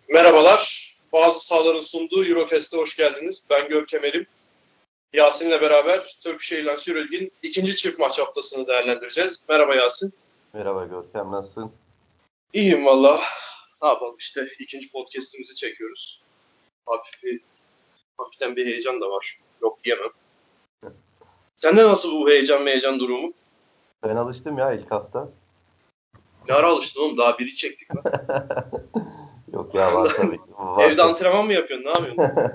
Merhabalar. Bazı sahaların sunduğu Eurocast'e hoş geldiniz. Ben Görkem Erim. Yasin'le beraber Turkish Airlines Euroleague'in ikinci çift maç haftasını değerlendireceğiz. Merhaba Yasin. Merhaba Görkem, nasılsın? İyiyim valla. Ne yapalım işte ikinci podcast'imizi çekiyoruz. Hafiften bir heyecan da var. Yok diyemem. Sende nasıl bu heyecan durumu? Ben alıştım ya ilk hafta. Ne ara alıştın oğlum? Daha biri çektik lan. Yok ya var tabii. Var Evde tabii. antrenman mı yapıyorsun? Ne yapıyorsun?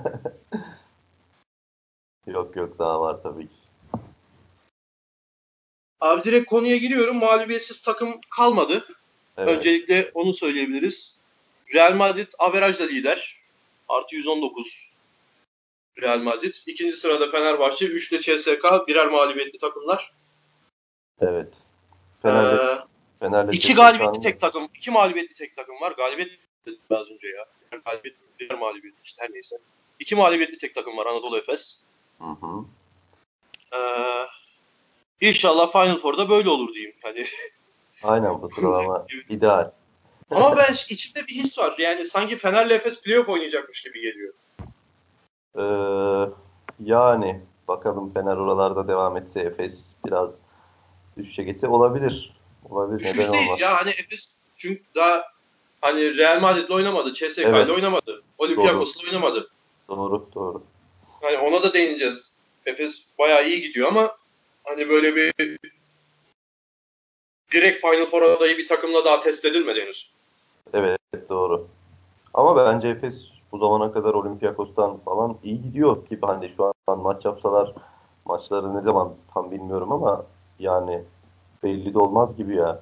Yok daha var tabii ki. Abi direkt konuya giriyorum. Mağlubiyetsiz takım kalmadı. Evet, Öncelikle onu söyleyebiliriz. Real Madrid averajla lider. Artı 119 Real Madrid. İkinci sırada Fenerbahçe. 3'te CSKA. Birer mağlubiyetli takımlar. evet. Ee, Fener'le iki galibiyetli CSKA'nın tek takım. İki mağlubiyetli tek takım var. Galibiyet dedim az önce ya. Birer mağlubiyetli işte her neyse. İki mağlubiyetli tek takım var Anadolu Efes. hı. Ee, İnşallah Final Four'da böyle olur diyeyim. Hani Aynen bu sıralama ideal. ama ben içimde bir his var. Yani sanki Fener'le Efes playoff oynayacakmış gibi geliyor. Ee, Yani bakalım Fener oralarda devam etse Efes biraz düşüşe geçse olabilir. Olabilir, neden Düşüş değil olmaz. ya hani Efes çünkü daha hani Real Madrid'le oynamadı, CSKA ile Evet, oynamadı, doğru, Olympiakos'la oynamadı. doğru. Hani ona da değineceğiz. Efes bayağı iyi gidiyor ama hani böyle bir direkt Final Four adayı bir takımla daha test edilmedi henüz. Evet, doğru. Ama bence Efes bu zamana kadar Olympiakos'tan falan iyi gidiyor gibi, hani şu an maç yapsalar maçları ne zaman tam bilmiyorum ama yani belli de olmaz gibi ya.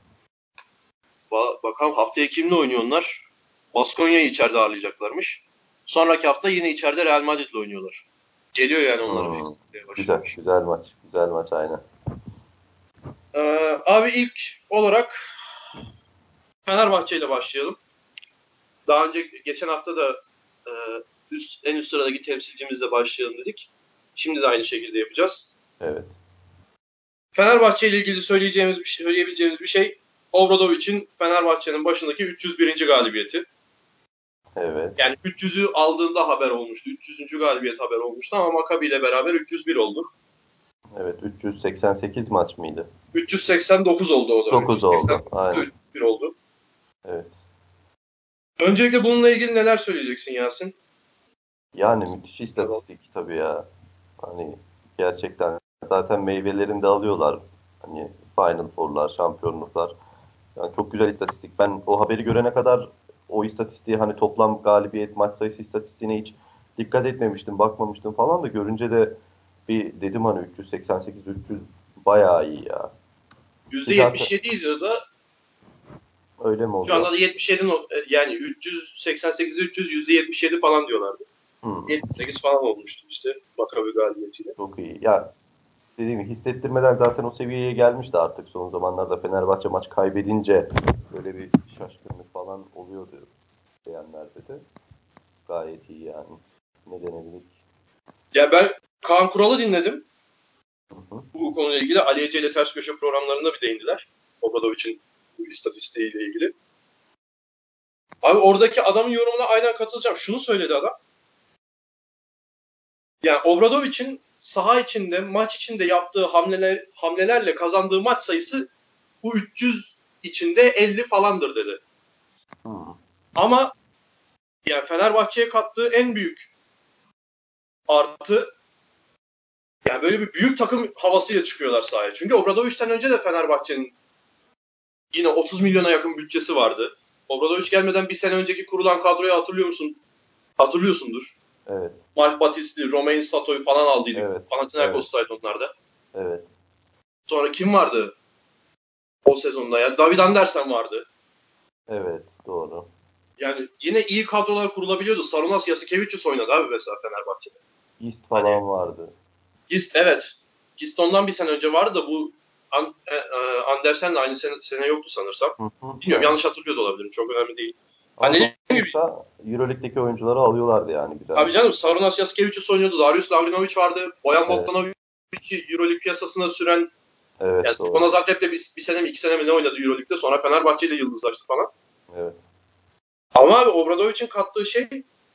Bakalım haftaya kimle oynuyorlar? Baskonya'yı içeride ağırlayacaklarmış. Sonraki hafta yine içeride Real Madrid'le oynuyorlar. Geliyor yani onların Hmm. fikri yavaş Güzel, yavaş. güzel maç aynen. Abi ilk olarak Fenerbahçe ile başlayalım. Daha önce geçen hafta da e, en üst sıradaki temsilcimizle başlayalım dedik. Şimdi de aynı şekilde yapacağız. Evet, Fenerbahçe ile ilgili söyleyebileceğimiz bir şey Obradovic'in Fenerbahçe'nin başındaki 301. galibiyeti. evet, Yani 300'ü aldığında haber olmuştu. 300. galibiyet haber olmuştu ama Maccabi ile beraber 301 oldu. evet. 388 maç mıydı? 389 oldu o da. 9 380 oldu, aynen. 301 oldu. Evet. Öncelikle bununla ilgili neler söyleyeceksin Yasin? Yani müthiş istatistik tabii ya. Hani gerçekten zaten meyvelerini de alıyorlar. Hani Final Four'lar, şampiyonluklar. Yani çok güzel istatistik. Ben o haberi görene kadar o istatistiği, hani toplam galibiyet, maç sayısı istatistiğine hiç dikkat etmemiştim, bakmamıştım falan da görünce de bir dedim hani 388-300 bayağı iyi ya. Ki zaten %77 idi da öyle mi şu anda oluyor? da 77 yani 388 300 %77 falan diyorlardı. Hmm, 78 falan olmuştu işte Maccabi galibiyetiyle. çok iyi. Ya dediğim gibi hissettirmeden zaten o seviyeye gelmişti artık son zamanlarda. Fenerbahçe maç kaybedince böyle bir şaşkınlık falan oluyordu diyenlerde de. Gayet iyi yani. Ne denebilir ki? Ya ben Kaan Kural'ı dinledim. Hı hı. Bu konuyla ilgili Ali Ece ile Ters Köşe programlarında bir değindiler. Obradovic'in bu istatistiğiyle ilgili. Abi oradaki adamın yorumuna aynen katılacağım. Şunu söyledi adam. Yani Obradovic'in saha içinde, maç içinde yaptığı hamlelerle kazandığı maç sayısı bu 300 içinde 50 falandır dedi. Hmm. Ama yani Fenerbahçe'ye kattığı en büyük artı yani böyle bir büyük takım havasıyla çıkıyorlar sahaya. Çünkü Obradovic'ten önce de Fenerbahçe'nin yine 30 milyona yakın bütçesi vardı. Obradovic gelmeden bir sene önceki kurulan kadroyu hatırlıyor musun? Hatırlıyorsundur. Evet, Mark Battisti, Romain Sato'yu falan aldıydık. evet, evet, Panathinaikos'taydı onlarda. evet, Sonra kim vardı o sezonda ya? David Andersen vardı. evet, doğru. Yani yine iyi kadrolar kurulabiliyordu. Sarunas Yasikevicius oynadı abi mesela Fenerbahçe'de. East Hani falan vardı. Gist evet. Gist ondan bir sene önce vardı da bu Andersen de aynı sene yoktu sanırsam. Hı hı, Bilmiyorum aynen. yanlış hatırlıyor da olabilirim. Çok önemli değil. Ama Hani dediğim gibi sonuçta Euroleague'deki oyuncuları alıyorlardı yani güzel. tabii canım Sarunas Yasikevicius oynuyordu. Darius Lavrinovic vardı. Boyan Evet, Bogdanovic Euroleague piyasasına süren yani evet, doğru. Stefanos Zagreb'de bir sene mi 2 sene mi ne oynadı Euroleague'de. Sonra Fenerbahçe ile yıldızlaştı falan. Evet, Ama abi Obradovic'in kattığı şey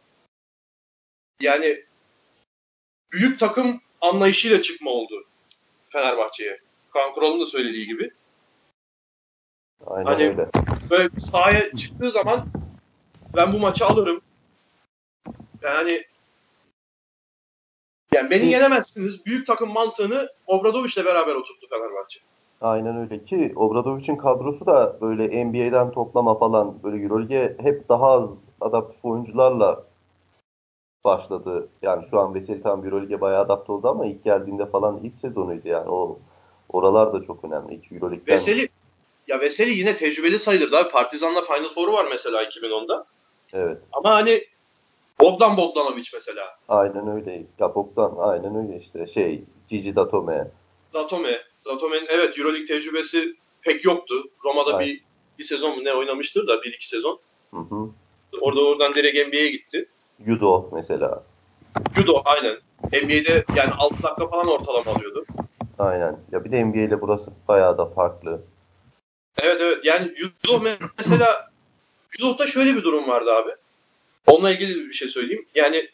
yani büyük takım anlayışıyla çıkma oldu Fenerbahçe'ye. Kaan Kural'ın da söylediği gibi. Aynen Hani öyle. böyle sahaya çıktığı zaman ben bu maçı alırım. Yani beni yenemezsiniz. Büyük takım mantığını Obradovic'le beraber oturttu Fenerbahçe. Aynen öyle ki Obradovic'in kadrosu da böyle NBA'den toplama falan böyle EuroLeague'e hep daha az adaptif oyuncularla başladı. Yani şu an Veseli tam EuroLeague'e bayağı adapte oldu ama ilk geldiğinde falan ilk sezonuydu yani. Oralar da çok önemli. Hiç EuroLeague'den Veseli yine tecrübeli sayılır. Daha Partizan'la Final Four'u var mesela 2010'da. evet. Ama hani Bogdanovic mesela. Aynen öyle. Ya Bogdan aynen öyle işte. Gigi Datome. Datome'nin evet EuroLeague tecrübesi pek yoktu. Roma'da Aynen. bir sezon mu ne oynamıştır da bir iki sezon. Hı hı. Oradan direkt NBA'ye gitti. Judo mesela. Judo aynen. NBA'de yani 6 dakika falan ortalama alıyordu. Aynen. Ya bir de NBA ile burası bayağı da farklı. Evet yani mesela Judo'da şöyle bir durum vardı abi. Onunla ilgili bir şey söyleyeyim. Yani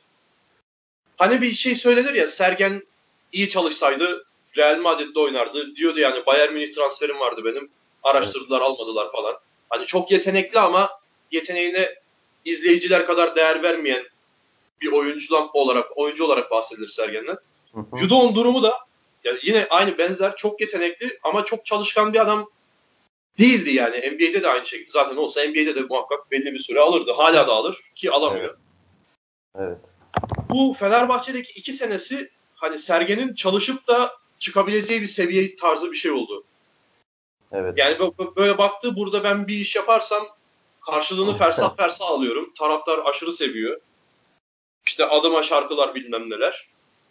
hani bir şey söylenir ya Sergen iyi çalışsaydı Real Madrid'de oynardı. Diyordu yani Bayern Münih transferim vardı benim. Evet. Araştırdılar almadılar falan. Hani çok yetenekli ama yeteneğine izleyiciler kadar değer vermeyen bir oyuncu olarak bahsedilir Sergen'den. Hı hı. Judo'nun durumu da yani yine aynı benzer çok yetenekli ama çok çalışkan bir adam değildi yani. NBA'de de aynı şekilde. Zaten olsa NBA'de de muhakkak belli bir süre alırdı. Hala da alır ki Evet. alamıyor. Evet. Bu Fenerbahçe'deki 2 senesi hani Sergen'in çalışıp da çıkabileceği bir seviye tarzı bir şey oldu. Evet. Yani böyle baktı burada ben bir iş yaparsam karşılığını fersah fersah alıyorum. Taraftar aşırı seviyor. İşte adıma şarkılar bilmem neler.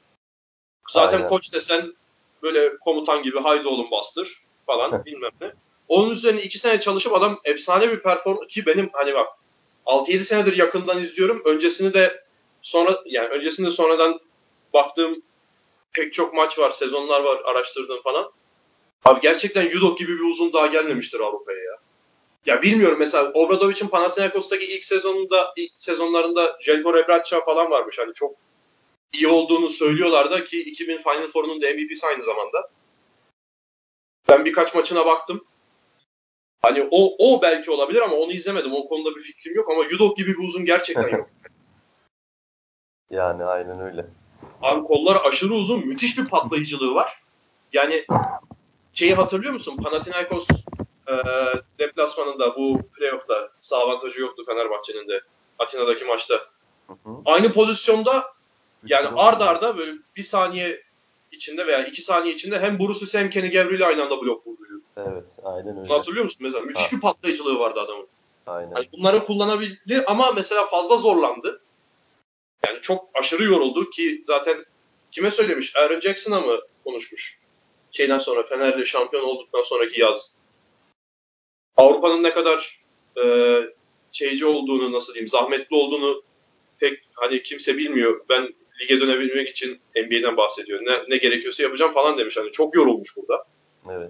Zaten Aynen. koç desen böyle komutan gibi haydi oğlum bastır falan bilmem ne. Onun üzerine 2 sene çalışıp adam efsane bir performans ki benim hani bak 6-7 senedir yakından izliyorum. Öncesinde sonradan baktığım pek çok maç var, sezonlar var araştırdığım falan. Abi gerçekten Yudok gibi bir uzun daha gelmemiştir Avrupa'ya ya. Ya bilmiyorum mesela Obradovic'in Panathinaikos'taki ilk sezonlarında Jelko Rebraca falan varmış. Hani çok iyi olduğunu söylüyorlar da ki 2000 Final Four'unun da MVP'si aynı zamanda. Ben birkaç maçına baktım. Hani o belki olabilir ama onu izlemedim. O konuda bir fikrim yok ama Yudok gibi bir uzun gerçekten yok. Yani aynen öyle. Abi kolları aşırı uzun, müthiş bir patlayıcılığı var. Yani şeyi hatırlıyor musun? Panathinaikos e, deplasmanında bu playoff'ta sağ avantajı yoktu Fenerbahçe'nin de Atina'daki maçta. Hı hı. Aynı pozisyonda yani Üçlü ard oynuyor. arda böyle bir saniye içinde veya 2 saniye içinde hem Bruce hem Kenny Gabriel'i aynı anda blok vurdu. Evet. Aynen Bunu öyle. hatırlıyor musun mesela? Müthiş Ha, bir patlayıcılığı vardı adamın. aynen. Hani bunları kullanabildi ama mesela fazla zorlandı. Yani çok aşırı yoruldu ki zaten kime söylemiş? Aaron Jackson'a mı konuşmuş? Şeyden sonra Fener'le şampiyon olduktan sonraki yaz. Avrupa'nın ne kadar e, şeyci olduğunu nasıl diyeyim zahmetli olduğunu pek hani kimse bilmiyor. Ben lige dönebilmek için NBA'den bahsediyor. Ne gerekiyorsa yapacağım falan demiş. Hani çok yorulmuş burada. Evet.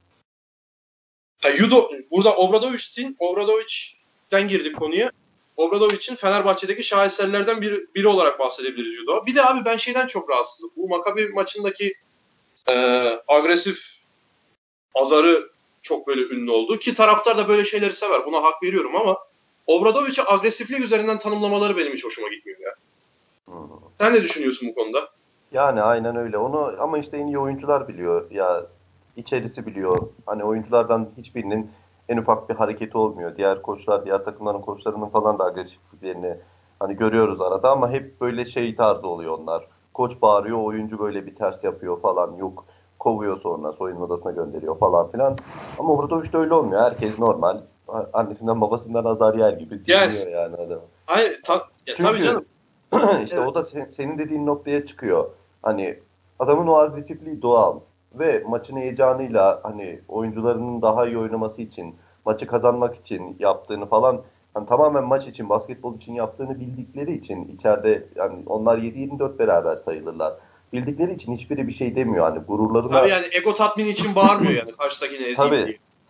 Burada Obradovic'den girdik konuya. Obradovic'in Fenerbahçe'deki şaheserlerden biri olarak bahsedebiliriz Judo. Bir de abi ben şeyden çok rahatsızım. Bu Maccabi maçındaki e, agresif azarı çok böyle ünlü oldu. Ki taraftar da böyle şeyleri sever. Buna hak veriyorum ama Obradovic'i agresiflik üzerinden tanımlamaları benim hiç hoşuma gitmiyor ya. Hı. Sen ne düşünüyorsun bu konuda? Yani aynen öyle. Onu ama işte en iyi oyuncular biliyor. Ya içerisi biliyor. Hani oyunculardan hiçbirinin en ufak bir hareketi olmuyor. Diğer koçlar, diğer takımların koçlarının falan da agresifliklerini hani görüyoruz arada ama hep böyle şey tarzı oluyor onlar. Koç bağırıyor, oyuncu böyle bir ters yapıyor falan. Yok kovuyor sonra soyunma odasına gönderiyor falan filan. Ama burada işte öyle olmuyor. Herkes normal. Annesinden babasından azar yer gibi Yani dinliyor yani adam. tabii canım. Çünkü işte Evet. o da senin dediğin noktaya çıkıyor. Hani adamın o agresifliği doğal ve maçın heyecanıyla hani oyuncularının daha iyi oynaması için, maçı kazanmak için yaptığını falan hani tamamen maç için, basketbol için yaptığını bildikleri için içeride yani onlar 7-24 beraber sayılırlar. Bildikleri için hiçbiri bir şey demiyor. Hani Tabii gururlarına yani ego tatmini için bağırmıyor yani karşıdakini ezeyim tabii diye.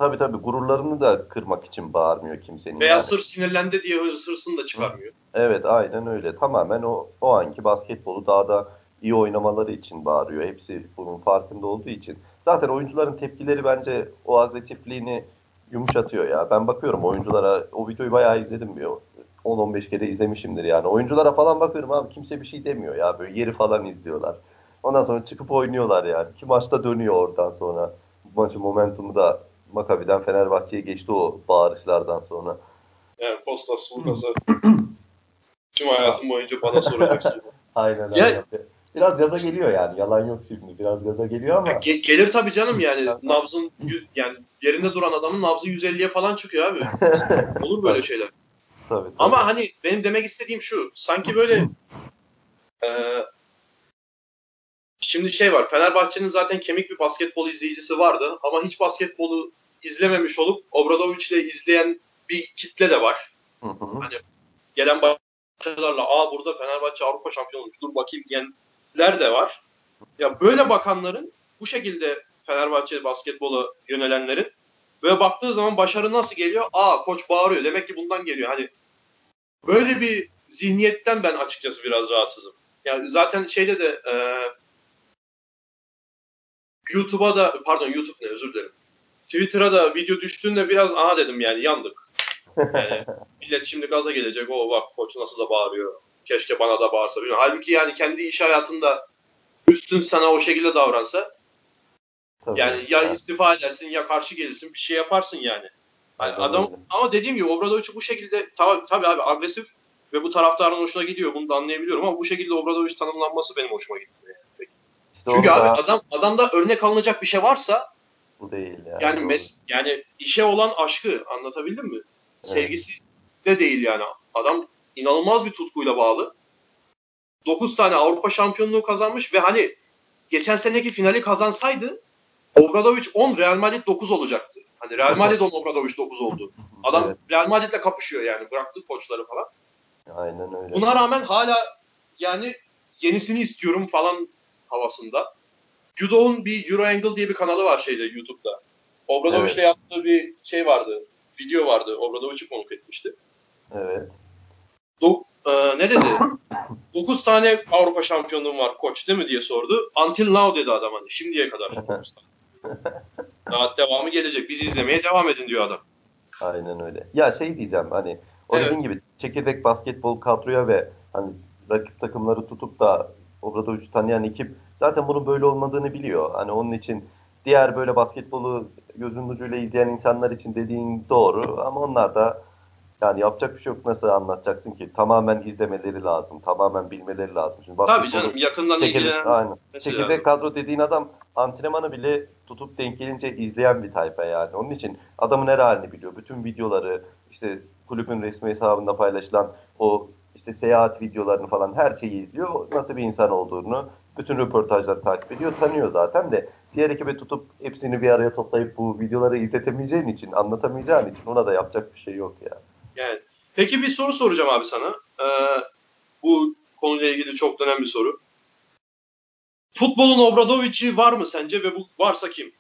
Tabii gururlarını da kırmak için bağırmıyor kimsenin Veya yani. sırf sinirlendi diye hırsını da çıkarmıyor. Evet, aynen öyle. Tamamen o anki basketbolu daha da iyi oynamaları için bağırıyor. Hepsi bunun farkında olduğu için. Zaten oyuncuların tepkileri bence o agresifliğini yumuşatıyor ya. Ben bakıyorum oyunculara, o videoyu bayağı izledim diyor. 10-15 kere izlemişimdir yani. Oyunculara falan bakıyorum abi, kimse bir şey demiyor ya. Böyle yeri falan izliyorlar. Ondan sonra çıkıp oynuyorlar yani. Ki maçta dönüyor oradan sonra. Maçın momentumu da Maccabi'den Fenerbahçe'ye geçti o bağırışlardan sonra. Yani Kostas Lukas'a tüm hayatım boyunca bana soracaksın. Aynen Ya, aynen. Biraz gaza geliyor yani. Yalan yok şimdi. Biraz gaza geliyor ama gelir tabii canım, yani nabzın yani yerinde duran adamın nabzı 150'ye falan çıkıyor abi. Olur böyle tabii, şeyler. tabii. Ama hani benim demek istediğim şu. Sanki böyle e, şimdi şey var. Fenerbahçe'nin zaten kemik bir basketbol izleyicisi vardı. Ama hiç basketbolu izlememiş olup Obradoviç'le izleyen bir kitle de var. Hı hı. Hani gelen başarılarla burada Fenerbahçe Avrupa şampiyonu olmuş, dur bakayım diyenler de var. Ya böyle bakanların, bu şekilde Fenerbahçe basketbola yönelenlerin böyle baktığı zaman başarı nasıl geliyor? Koç bağırıyor. Demek ki bundan geliyor. Hani böyle bir zihniyetten ben açıkçası biraz rahatsızım. Yani zaten şeyde de YouTube'a da, pardon YouTube ne, özür dilerim. Twitter'a da video düştüğünde biraz dedim yani yandık. Yani millet şimdi gaza gelecek. Bak koç nasıl da bağırıyor. Keşke bana da bağırsa. Halbuki yani kendi iş hayatında üstün sana o şekilde davransa, Tabii. yani ya Yani, istifa edersin ya karşı gelirsin, bir şey yaparsın yani. Hani aynen adam, öyle. ama dediğim gibi Obradoviç'i bu şekilde tabii abi agresif ve bu taraftarın hoşuna gidiyor. Bunu da anlayabiliyorum ama bu şekilde Obradoviç tanımlanması benim hoşuma gitmiyor. Yani. İşte Çünkü onu abi da adamda örnek alınacak bir şey varsa, bu değil yani. yani Doğru. yani işe olan aşkı, anlatabildim mi? Evet. Sevgisi de değil yani. Adam inanılmaz bir tutkuyla bağlı. 9 tane Avrupa şampiyonluğu kazanmış ve hani geçen seneki finali kazansaydı Obradović 10, Real Madrid 9 olacaktı. Hani Real Madrid 10, Obradović 9 oldu. Adam Evet. Real Madrid'le kapışıyor yani. Bıraktı koçları falan. Aynen öyle. Buna rağmen hala yani yenisini istiyorum falan havasında. Judo'nun bir Euroangle diye bir kanalı var YouTube'da. Obradoviç'le Evet. yaptığı bir şey vardı. Video vardı. Obradoviç'i konuk etmişti. Evet. Ne dedi? 9 tane Avrupa şampiyonluğum var koç değil mi diye sordu. Until now dedi adam, hani şimdiye kadar 9 tane. Daha devamı gelecek. Biz izlemeye devam edin diyor adam. Aynen öyle. Ya şey diyeceğim, hani o Evet. dediğin gibi çekirdek basketbol kadroya ve hani rakip takımları tutup da Obradovic'i tanıyan ekip zaten bunun böyle olmadığını biliyor. Hani onun için diğer böyle basketbolu gözünün ucuyla izleyen insanlar için dediğin doğru ama onlar da yani yapacak bir şey yok, nasıl anlatacaksın ki? Tamamen izlemeleri lazım. Tamamen bilmeleri lazım. Şimdi Tabii canım, basketbolu yakından çekirdek, ilgilenen aynen. mesela. Çekirdek kadro dediğin adam antrenmanı bile tutup denk gelince izleyen bir tayfa yani. Onun için adamın her halini biliyor. Bütün videoları, işte kulübün resmi hesabında paylaşılan o işte seyahat videolarını falan her şeyi izliyor. Nasıl bir insan olduğunu, bütün röportajları takip ediyor, tanıyor zaten de. Diğer ekibe tutup hepsini bir araya toplayıp bu videoları izletemeyeceğin için, anlatamayacağın için ona da yapacak bir şey yok ya. Yani. Peki bir soru soracağım abi sana. Bu konuyla ilgili çok dönen bir soru. Futbolun Obradoviç'i var mı sence ve bu varsa kim?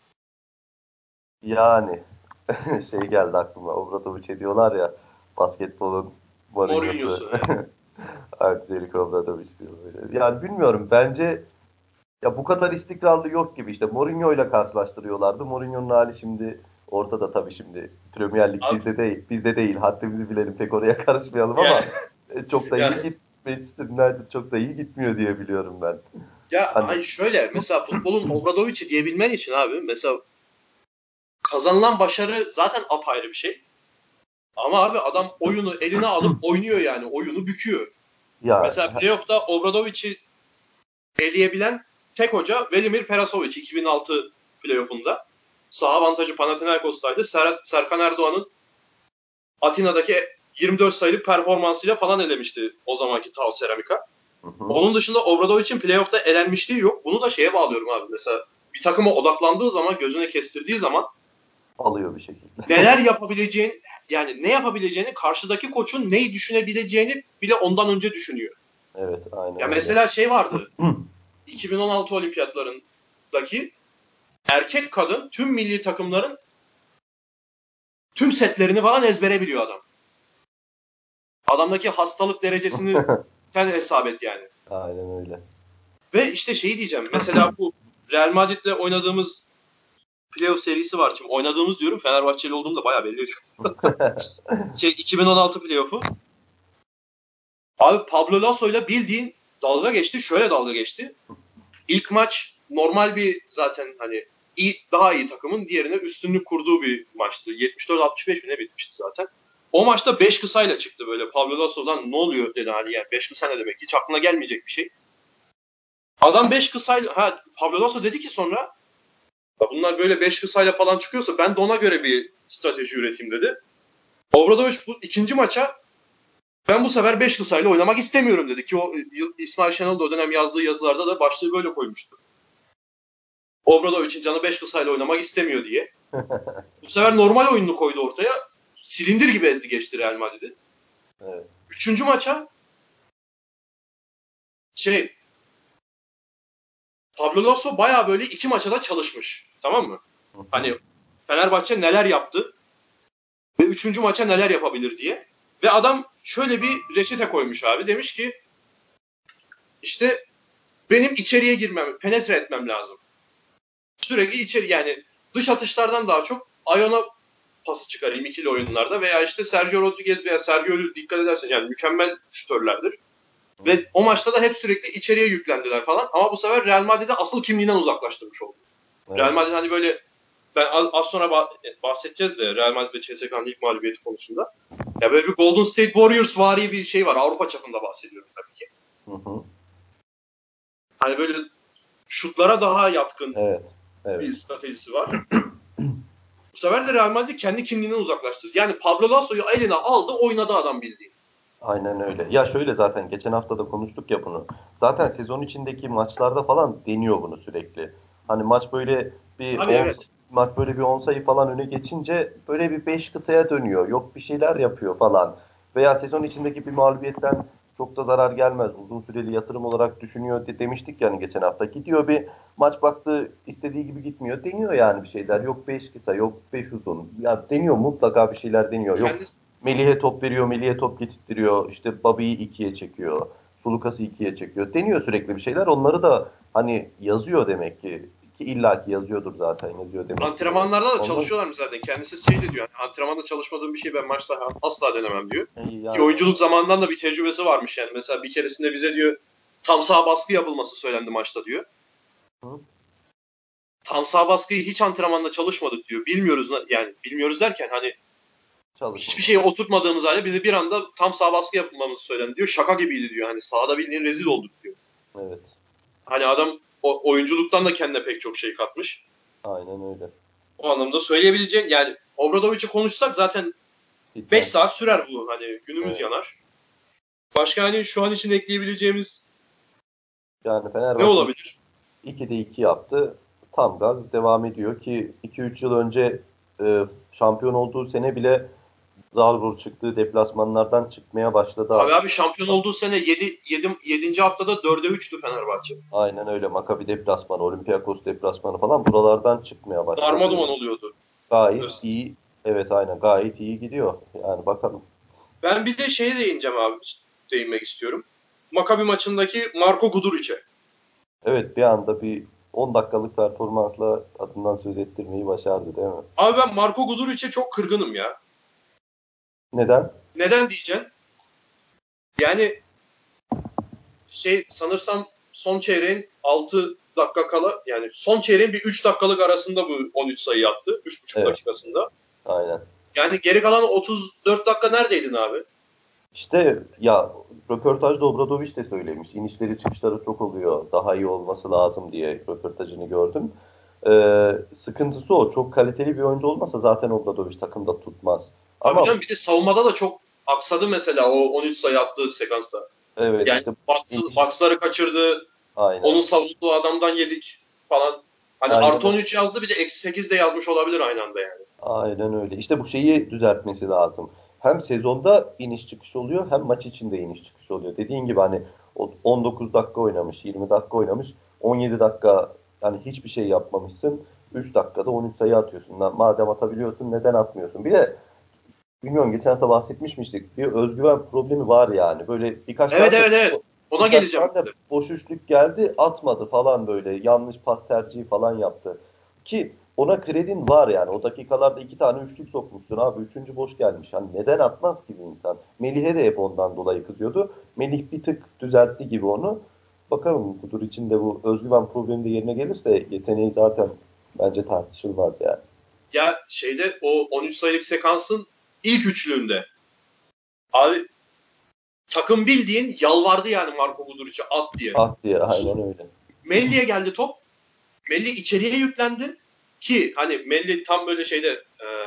Yani şey geldi aklıma. Obradoviç diyorlar ya, basketbolun Mourinho'su. Mourinho'su. Evet. Angelik Obradoviç diyor böyle. Yani bilmiyorum, bence ya bu kadar istikrarlı yok gibi. İşte Mourinho ile karşılaştırıyorlardı. Mourinho'nun hali şimdi ortada tabii şimdi. Premier Lig Abi, bizde değil. Haddimizi bilelim, pek oraya karışmayalım yani, ama çok da yani, iyi Manchester United çok da iyi gitmiyor diye biliyorum ben. ya Hani ay şöyle, mesela futbolun Obradoviç'i diyebilmen için abi, mesela kazanılan başarı zaten apayrı bir şey. Ama abi adam oyunu eline alıp oynuyor yani. Oyunu büküyor. ya Mesela playoff'ta Obradoviç'i eleyebilen tek hoca Velimir Perasovic 2006 playoff'unda. Saha avantajı Panathinaikos'taydı. Serkan Erdoğan'ın Atina'daki 24 sayılık performansıyla falan elemişti o zamanki Tau Seramika. hı hı, Onun dışında Obradovic'in playoff'ta elenmişliği yok. Bunu da şeye bağlıyorum abi. Mesela bir takıma odaklandığı zaman, gözüne kestirdiği zaman alıyor bir şekilde. neler yapabileceğini, yani ne yapabileceğini, karşıdaki koçun neyi düşünebileceğini bile ondan önce düşünüyor. Evet, Ya aynen öyle. mesela şey vardı. 2016 olimpiyatlarındaki erkek kadın tüm milli takımların Tüm setlerini falan ezbere biliyor adam. Adamdaki hastalık derecesini sen hesap et yani. Aynen öyle. Ve işte şeyi diyeceğim. Mesela bu Real Madrid'le oynadığımız playoff serisi var. Şimdi oynadığımız diyorum. Fenerbahçeli olduğumu da bayağı belli ediyor. 2016 playoff'u. Abi Pablo Lasso'yla bildiğin dalga geçti. Şöyle dalga geçti. İlk maç normal bir zaten hani daha iyi takımın diğerine üstünlük kurduğu bir maçtı. 74-65 mi ne bitmişti zaten. O maçta 5 kısayla çıktı böyle. Pablo Lasso'dan ne oluyor dedi hani yani 5 kısa ne demek? Hiç aklına gelmeyecek bir şey. Adam 5 kısayla Pablo Lasso dedi ki sonra bunlar böyle 5 kısayla falan çıkıyorsa ben de ona göre bir strateji üreteyim dedi. Obradovic bu ikinci maça ben bu sefer 5 kısayla oynamak istemiyorum dedi ki o İsmail Şenol da o dönem yazdığı yazılarda da başlığı böyle koymuştu. Obradovic'in canı 5 kısayla oynamak istemiyor diye. Bu sefer normal oyununu koydu ortaya. Silindir gibi ezdi geçti Real Madrid'i. Evet. Üçüncü maça Pablo Lasso bayağı böyle 2 maça da çalışmış. Tamam mı? Hani Fenerbahçe neler yaptı ve üçüncü maça neler yapabilir diye. Ve adam şöyle bir reçete koymuş abi. Demiş ki işte benim içeriye girmem, penetre etmem lazım. Sürekli içeri yani dış atışlardan daha çok Ayon'a pası çıkarayım ikili oyunlarda veya işte Sergio Rodriguez veya Sergio Llull dikkat edersen yani mükemmel şütörlerdir. Ve o maçta da hep sürekli içeriye yüklendiler falan. Ama bu sefer Real Madrid'i asıl kimliğinden uzaklaştırmış oldu. Evet. Real Madrid hani böyle ben az sonra bahsedeceğiz de Real Madrid ve CSK'nın ilk mağlubiyeti konusunda. Ya böyle bir Golden State Warriors vari bir şey var. Avrupa çapında bahsediyorum tabii ki. Hani böyle şutlara daha yatkın bir stratejisi var. Bu sefer de Real Madrid kendi kimliğinden uzaklaştırdı. Yani Pablo Lasso'yu eline aldı, oynadı adam bildiğin. Aynen öyle. Ya şöyle zaten geçen hafta da konuştuk ya bunu. Zaten sezon içindeki maçlarda falan deniyor bunu sürekli. Hani maç böyle bir Tabii, 10 evet. maç böyle bir 10 sayı falan öne geçince böyle bir 5 kısaya dönüyor. Yok bir şeyler yapıyor falan. Veya sezon içindeki bir mağlubiyetten çok da zarar gelmez. Uzun süreli yatırım olarak düşünüyor demiştik yani geçen hafta. Gidiyor bir maç baktı istediği gibi gitmiyor. Deniyor yani bir şeyler. Yok 5 kısa, yok 5 uzun. Ya deniyor mutlaka bir şeyler deniyor. Yok Melih'e top veriyor, Melih'e top getirtiyor. İşte Bobby'yi ikiye çekiyor. Sulukas'ı ikiye çekiyor. Deniyor sürekli bir şeyler. Onları da hani yazıyor demek ki. Ki illaki yazıyordur zaten. Yazıyor demek ki. Antrenmanlarda da çalışıyorlar mı zaten? Kendisi şey de diyor. Yani, antrenmanda çalışmadığım bir şey ben maçta asla denemem diyor. Yani. Ki oyunculuk zamanından da bir tecrübesi varmış yani. Mesela bir keresinde bize diyor tam sağ baskı yapılması söylendi maçta diyor. Hı? Tam sağ baskıyı hiç antrenmanda çalışmadık diyor. Bilmiyoruz yani bilmiyoruz derken hani hiçbir şeye oturtmadığımız halde bize bir anda tam sağ baskı yapmamız söylendi diyor. Şaka gibiydi diyor. Hani sahada bildiğin rezil olduk diyor. Evet. Hani adam oyunculuktan da kendine pek çok şey katmış. Aynen öyle. O anlamda söyleyebileceğin yani Obradovic'i konuşsak zaten 5 saat sürer bu hani günümüz yanar. Başka hani şu an için ekleyebileceğimiz yani Fenerbahçe ne olabilir? 2'de 2 yaptı. Tam gaz devam ediyor ki 2-3 yıl önce şampiyon olduğu sene bile zar zor çıktığı deplasmanlardan çıkmaya başladı Tabii artık. abi şampiyon olduğu sene 7. haftada 4'e 3'tü Fenerbahçe. Aynen öyle. Maccabi deplasmanı, Olympiakos deplasmanı falan buralardan çıkmaya başladı. Darmaduman oluyordu. Gayet iyi. Evet aynen gayet iyi gidiyor. Yani bakalım. Ben bir de şeye değineceğim abi. Değinmek istiyorum. Maccabi maçındaki Marko Guduric'e. Evet bir anda bir 10 dakikalık performansla adından söz ettirmeyi başardı değil mi? Abi ben Marko Guduric'e çok kırgınım ya. Neden? Neden diyeceksin? Yani sanırsam son çeyreğin 6 dakika kala yani son çeyreğin bir 3 dakikalık arasında bu 13 sayı attı. 3,5 Evet. dakikasında. Aynen. Yani geri kalan 34 dakika neredeydin abi? İşte ya röportajda Obradoviç de söylemiş. İnişleri çıkışları çok oluyor. Daha iyi olması lazım diye röportajını gördüm. Sıkıntısı o. Çok kaliteli bir oyuncu olmasa zaten Obradoviç takımda tutmaz. Tabii Ama canım bir de savunmada da çok aksadı mesela o 13 sayı attığı sekansta. evet Yani işte box'ları kaçırdı. aynen. Onun savunduğu adamdan yedik falan. Hani Aynen artı öyle. 13 yazdı bir de eksi 8 de yazmış olabilir aynı anda yani. Aynen öyle. İşte bu şeyi düzeltmesi lazım. Hem sezonda iniş çıkış oluyor hem maç içinde iniş çıkış oluyor. Dediğin gibi hani 19 dakika oynamış, 20 dakika oynamış, 17 dakika yani hiçbir şey yapmamışsın. 3 dakikada 13 sayı atıyorsun. Lan, madem atabiliyorsun neden atmıyorsun? Bir de bilmiyorum geçen hafta bahsetmiştik. Bir özgüven problemi var yani. Böyle Evet, evet, evet. Ona birkaç geleceğim tane de işte. boş üçlük geldi, atmadı falan böyle. Yanlış pas tercihi falan yaptı. Ki ona kredin var yani. O dakikalarda 2 tane üçlük sokmuşsun abi. Üçüncü boş gelmiş. Hani neden atmaz ki bir insan? Melih'e de hep ondan dolayı kızıyordu. Melih bir tık düzeltti gibi onu. Bakalım Kudur için de bu özgüven problemi de yerine gelirse yeteneği zaten bence tartışılmaz yani. Ya şeyde o 13 sayılık sekansın ilk üçlüğünde abi takım bildiğin yalvardı yani Marko Guduric'e at diye. Ah diye aynen öyle. Melli'ye geldi top. Melli içeriye yüklendi ki hani Melli tam böyle şeyde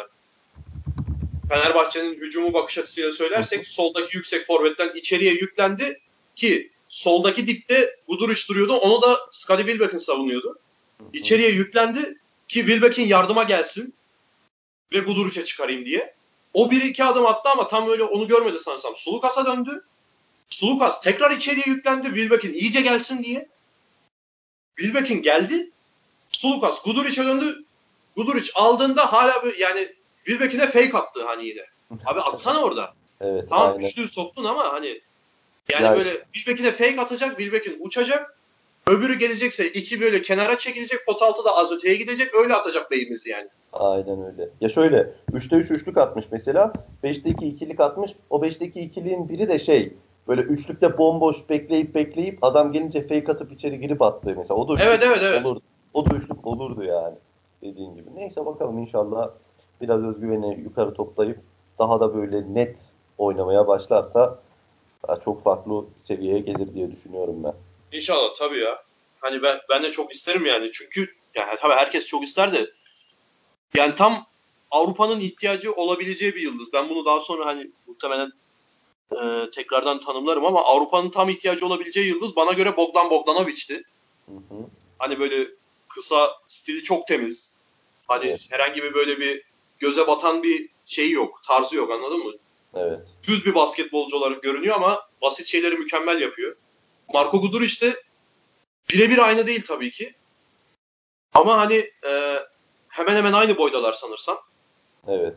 Fenerbahçe'nin hücumu bakış açısıyla Hı hı. söylersek soldaki yüksek forvetten içeriye yüklendi ki soldaki dipte Guduric duruyordu. Onu da Scottie Wilbekin savunuyordu. Hı hı. İçeriye yüklendi ki Wilbekin yardıma gelsin ve Guduric'e çıkarayım diye. O bir iki adım attı ama tam öyle onu görmedi sanırsam. Sulukas'a döndü. Sulukas tekrar içeriye yüklendi. Wilbekin iyice gelsin diye. Wilbekin geldi. Sulukas Guduric'e döndü. Guduric aldığında hala böyle yani Wilbekin'e fake attı hani yine. Abi atsana orada. Evet Tamam aynen. üçlüyü soktun ama hani yani Ya böyle Wilbekin'e fake atacak. Wilbekin uçacak. Öbürü gelecekse iki böyle kenara çekilecek. Pot altı da az öteye gidecek. Öyle atacak beyimiz yani. aynen öyle. Ya şöyle 3'te 3 üçlük atmış mesela. 5'te 2 ikilik atmış. O 5'te 2 ikiliğin biri de böyle üçlükte bomboş bekleyip adam gelince fake atıp içeri girip attı mesela. O da Evet, üçlük evet, evet. olurdu. O da üçlük olurdu yani. Dediğin gibi. Neyse bakalım inşallah biraz özgüveni yukarı toplayıp daha da böyle net oynamaya başlarsa daha çok farklı seviyeye gelir diye düşünüyorum ben. İnşallah tabii ya. Hani ben de çok isterim yani. Çünkü yani tabii herkes çok ister de yani tam Avrupa'nın ihtiyacı olabileceği bir yıldız. Ben bunu daha sonra hani muhtemelen tekrardan tanımlarım ama Avrupa'nın tam ihtiyacı olabileceği yıldız bana göre Bogdan Bogdanovic'ti. Hı hı. Hani böyle kısa, stili çok temiz. Hani Evet. herhangi bir böyle bir göze batan bir şeyi yok, tarzı yok anladın mı? Evet. Düz bir basketbolcu olarak görünüyor ama basit şeyleri mükemmel yapıyor. Marko Guduric de birebir aynı değil tabii ki. Ama hani hemen hemen aynı boydalar sanırsam. Evet.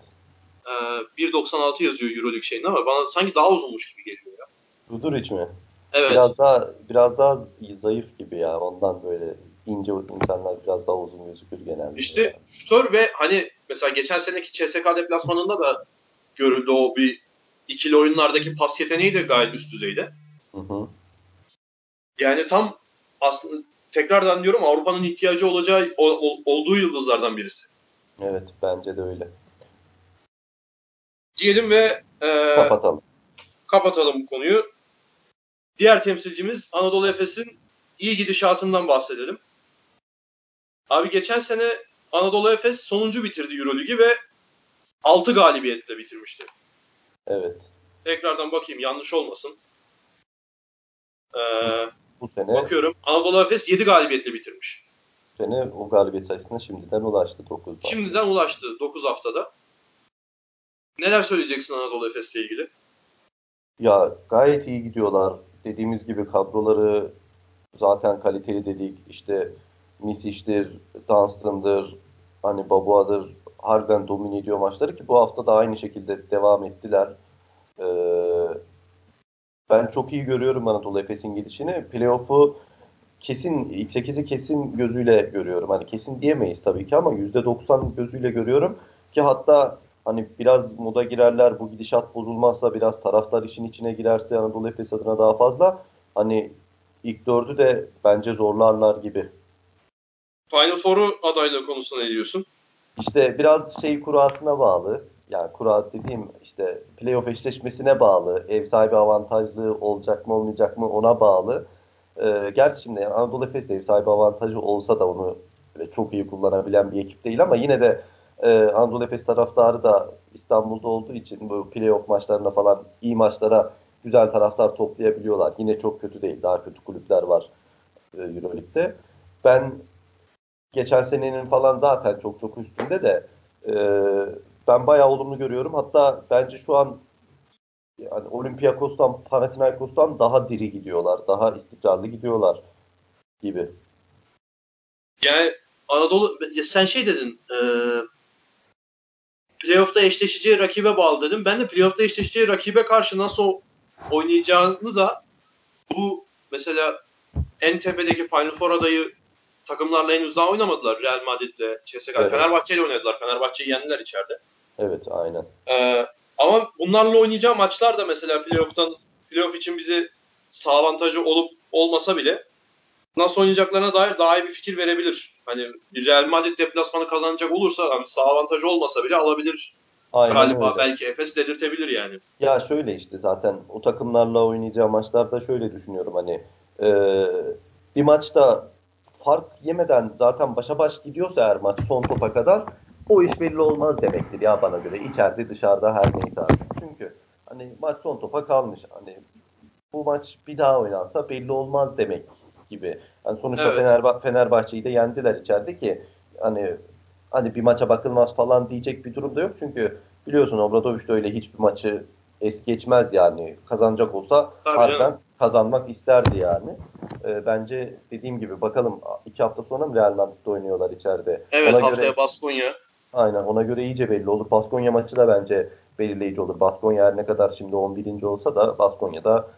1.96 yazıyor Euroleague şeyinde ama bana sanki daha uzunmuş gibi geliyor ya. Ruduric mi? Evet. Biraz daha zayıf gibi ya. Ondan böyle ince insanlar biraz daha uzun gözükür genelde ya. İşte şutör ve hani mesela geçen seneki CSKA deplasmanında da görüldü o bir ikili oyunlardaki pas yeteneği de gayet üst düzeyde. Hı hı. Yani tam aslında tekrardan diyorum Avrupa'nın ihtiyacı olacağı olduğu yıldızlardan birisi. Evet bence de öyle. Diyelim ve Kapatalım. kapatalım bu konuyu. Diğer temsilcimiz Anadolu Efes'in iyi gidişatından bahsedelim. Abi geçen sene Anadolu Efes sonuncu bitirdi Euroligi ve 6 galibiyetle bitirmişti. Evet. Tekrardan bakayım yanlış olmasın. Ee, Bu sene bakıyorum Anadolu Efes 7 galibiyetle bitirmiş. o galibiyet sayısına şimdiden ulaştı 9 maçta. Şimdiden ulaştı 9 haftada. Neler söyleyeceksin Anadolu Efes'le ilgili? Ya gayet iyi gidiyorlar. Dediğimiz gibi kadroları zaten kaliteli dedik. İşte Misic'tir, Dunstan'dır, hani Babua'dır. Harbiden domine ediyor maçları ki bu hafta da aynı şekilde devam ettiler. Ee, Ben çok iyi görüyorum Anadolu Efes'in gidişini. Playoff'u kesin, ilk 8'i kesin gözüyle görüyorum. Hani kesin diyemeyiz tabii ki ama %90 gözüyle görüyorum. Ki hatta hani biraz moda girerler, bu gidişat bozulmazsa biraz taraftar işin içine girerse Anadolu Efes adına daha fazla. Hani ilk dördü de bence zorlarlar gibi. Final Four'u adaylığı konusunda ne diyorsun? İşte biraz kurasına bağlı. Yani kura dediğim işte playoff eşleşmesine bağlı. Ev sahibi avantajlı olacak mı olmayacak mı ona bağlı. Gerçi şimdi yani Anadolu Efes de ev sahibi avantajı olsa da onu böyle çok iyi kullanabilen bir ekip değil ama yine de Anadolu Efes taraftarı da İstanbul'da olduğu için bu playoff maçlarına falan iyi maçlara güzel taraftar toplayabiliyorlar. Yine çok kötü değil. Daha kötü kulüpler var Euroleague'de. Ben geçen senenin falan zaten çok çok üstünde de e, ben bayağı olumlu görüyorum. Hatta bence şu an yani Olympiakos'tan, Panathinaikos'tan daha diri gidiyorlar. Daha istikrarlı gidiyorlar gibi. Yani Anadolu sen şey dedin. Playoff'ta eşleşeceği rakibe bağlı dedim. Ben de playoff'ta eşleşeceği rakibe karşı nasıl oynayacağını da bu mesela en tepedeki Final Four adayı takımlarla henüz daha oynamadılar. Real Madrid'le, CSKA. Evet. Fenerbahçe'yle oynadılar. Fenerbahçe'yi yendiler içeride. Evet, aynen. Ama bunlarla oynayacağı maçlar da mesela playoff için bize avantajı olup olmasa bile nasıl oynayacaklarına dair daha iyi bir fikir verebilir. Hani Real Madrid deplasmanı kazanacak olursa hani avantajı olmasa bile alabilir. Aynen Galiba öyle. belki Efes dedirtebilir yani. Ya şöyle işte zaten o takımlarla oynayacağı maçlarda şöyle düşünüyorum hani e, bir maçta fark yemeden zaten başa baş gidiyorsa eğer maç son topa kadar o iş belli olmaz demektir ya bana göre. İçeride dışarıda her neyse artık. Çünkü hani maç son topa kalmış. Hani bu maç bir daha oynansa belli olmaz demek gibi. Yani sonuçta Evet. Fenerbahçe'yi de yendiler içeride ki hani bir maça bakılmaz falan diyecek bir durum da yok. Çünkü biliyorsun Obradoviç de öyle hiçbir maçı es geçmez yani. Kazanacak olsa Tabii canım. harbiden kazanmak isterdi yani. Bence dediğim gibi bakalım 2 hafta sonra mı Real Madrid'de oynuyorlar içeride. Evet, Ona göre haftaya Baskonya. aynen ona göre iyice belli olur. Baskonya maçı da bence belirleyici olur. Baskonya her ne kadar şimdi 11. olsa da Baskonya'da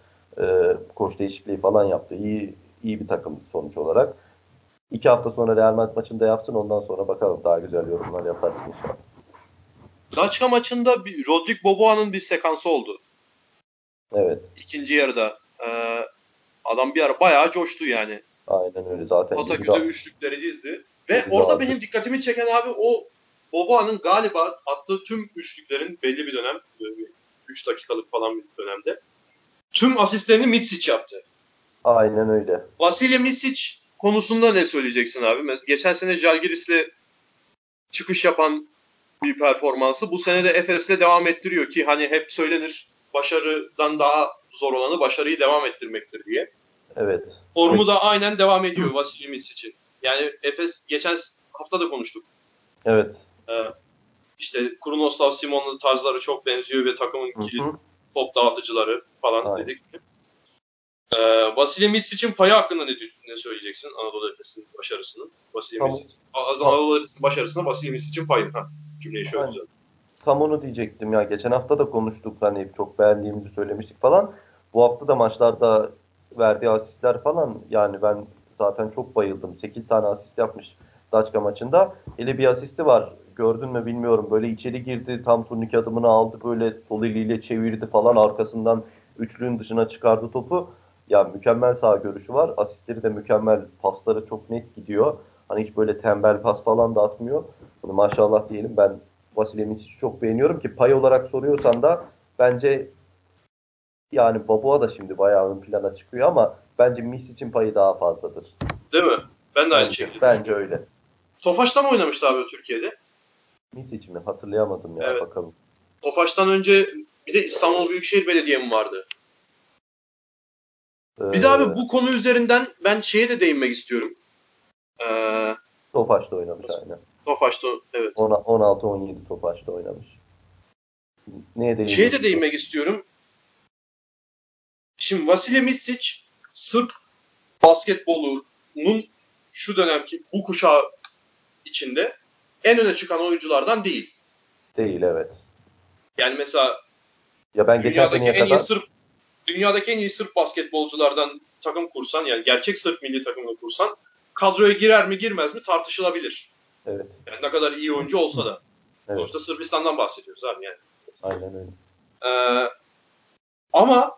koç değişikliği falan yaptı. İyi bir takım sonuç olarak. 2 hafta sonra Real Madrid maçında yapsın ondan sonra bakalım daha güzel yorumlar yaparız inşallah. Daçka maçında bir Rodrik Boboa'nın bir sekansı oldu. Evet. İkinci yarıda. Adam bir ara bayağı coştu yani. Aynen öyle. Zaten Pataküte üçlükleri dizdi. Ve 7'de orada 6. benim dikkatimi çeken abi o Boboa'nın galiba attığı tüm üçlüklerin belli bir dönem 3 dakikalık falan bir dönemde tüm asistlerini Mitsic yaptı. Aynen öyle. Vasilya Mitsic konusunda ne söyleyeceksin abi? Geçen sene Žalgiris'le çıkış yapan bir performansı bu sene de Efes'le devam ettiriyor ki hani hep söylenir başarıdan daha zor olanı başarıyı devam ettirmektir diye. Evet. Formu da aynen devam ediyor Vasilya Mitsic'in. Yani Efes geçen hafta da konuştuk. Evet. İşte Krunoslav Simon'un tarzları çok benziyor ve takımın Hı kilit hı. top dağıtıcıları falan Aynen. dedik. Vasilya Mitsic'in payı hakkında ne söyleyeceksin Anadolu Efes'in başarısının? Vasilya Tam, Misic. Anadolu Efes'in başarısına Vasilya Misic'in payı. Cümleyi şöyle aynen. düzenledim. Tam onu diyecektim ya. Geçen hafta da konuştuk hani çok beğendiğimizi söylemiştik falan. Bu hafta da maçlarda verdiği asistler falan yani ben zaten çok bayıldım. 8 tane asist yapmış Daçka maçında. Hele bir asisti var. Gördün mü bilmiyorum. Böyle içeri girdi. Tam turnike adımını aldı. Böyle sol eliyle çevirdi falan. Arkasından üçlüğün dışına çıkardı topu. Ya mükemmel sağ görüşü var. Asistleri de mükemmel. Pasları çok net gidiyor. Hani hiç böyle tembel pas falan da atmıyor. Hani maşallah diyelim ben Vasilya Misic'i çok beğeniyorum ki pay olarak soruyorsan da bence yani Babua da şimdi bayağı ön plana çıkıyor ama bence Misic'in payı daha fazladır. Değil mi? Ben de aynı Bence. şekilde Bence düşünüyorum. öyle. Tofaş'ta mı oynamıştı abi Türkiye'de? Misic mi? Hatırlayamadım ya Evet. bakalım. Tofaş'tan önce bir de İstanbul Büyükşehir Belediye mi vardı? Bir de abi Ee, bu konu üzerinden ben şeye de değinmek istiyorum. Ee, Tofaş'ta oynamış aynen. Tofaş'ta evet. 16-17 Tofaş'ta oynamış. Neye Şeye değinmek de istiyorsun? değinmek istiyorum. Şimdi Vasilya Micic Sırp basketbolunun şu dönemki bu kuşağı içinde en öne çıkan oyunculardan değil. Değil evet. Yani mesela Ya ben geçen dünyadaki seneye en iyi kadar Sırp dünyadaki en iyi Sırp basketbolculardan takım kursan yani gerçek Sırp milli takımını kursan kadroya girer mi girmez mi tartışılabilir. evet. Yani ne kadar iyi oyuncu olsa da. Evet. Sonuçta Sırbistan'dan bahsediyoruz abi yani. Aynen öyle. Ee, ama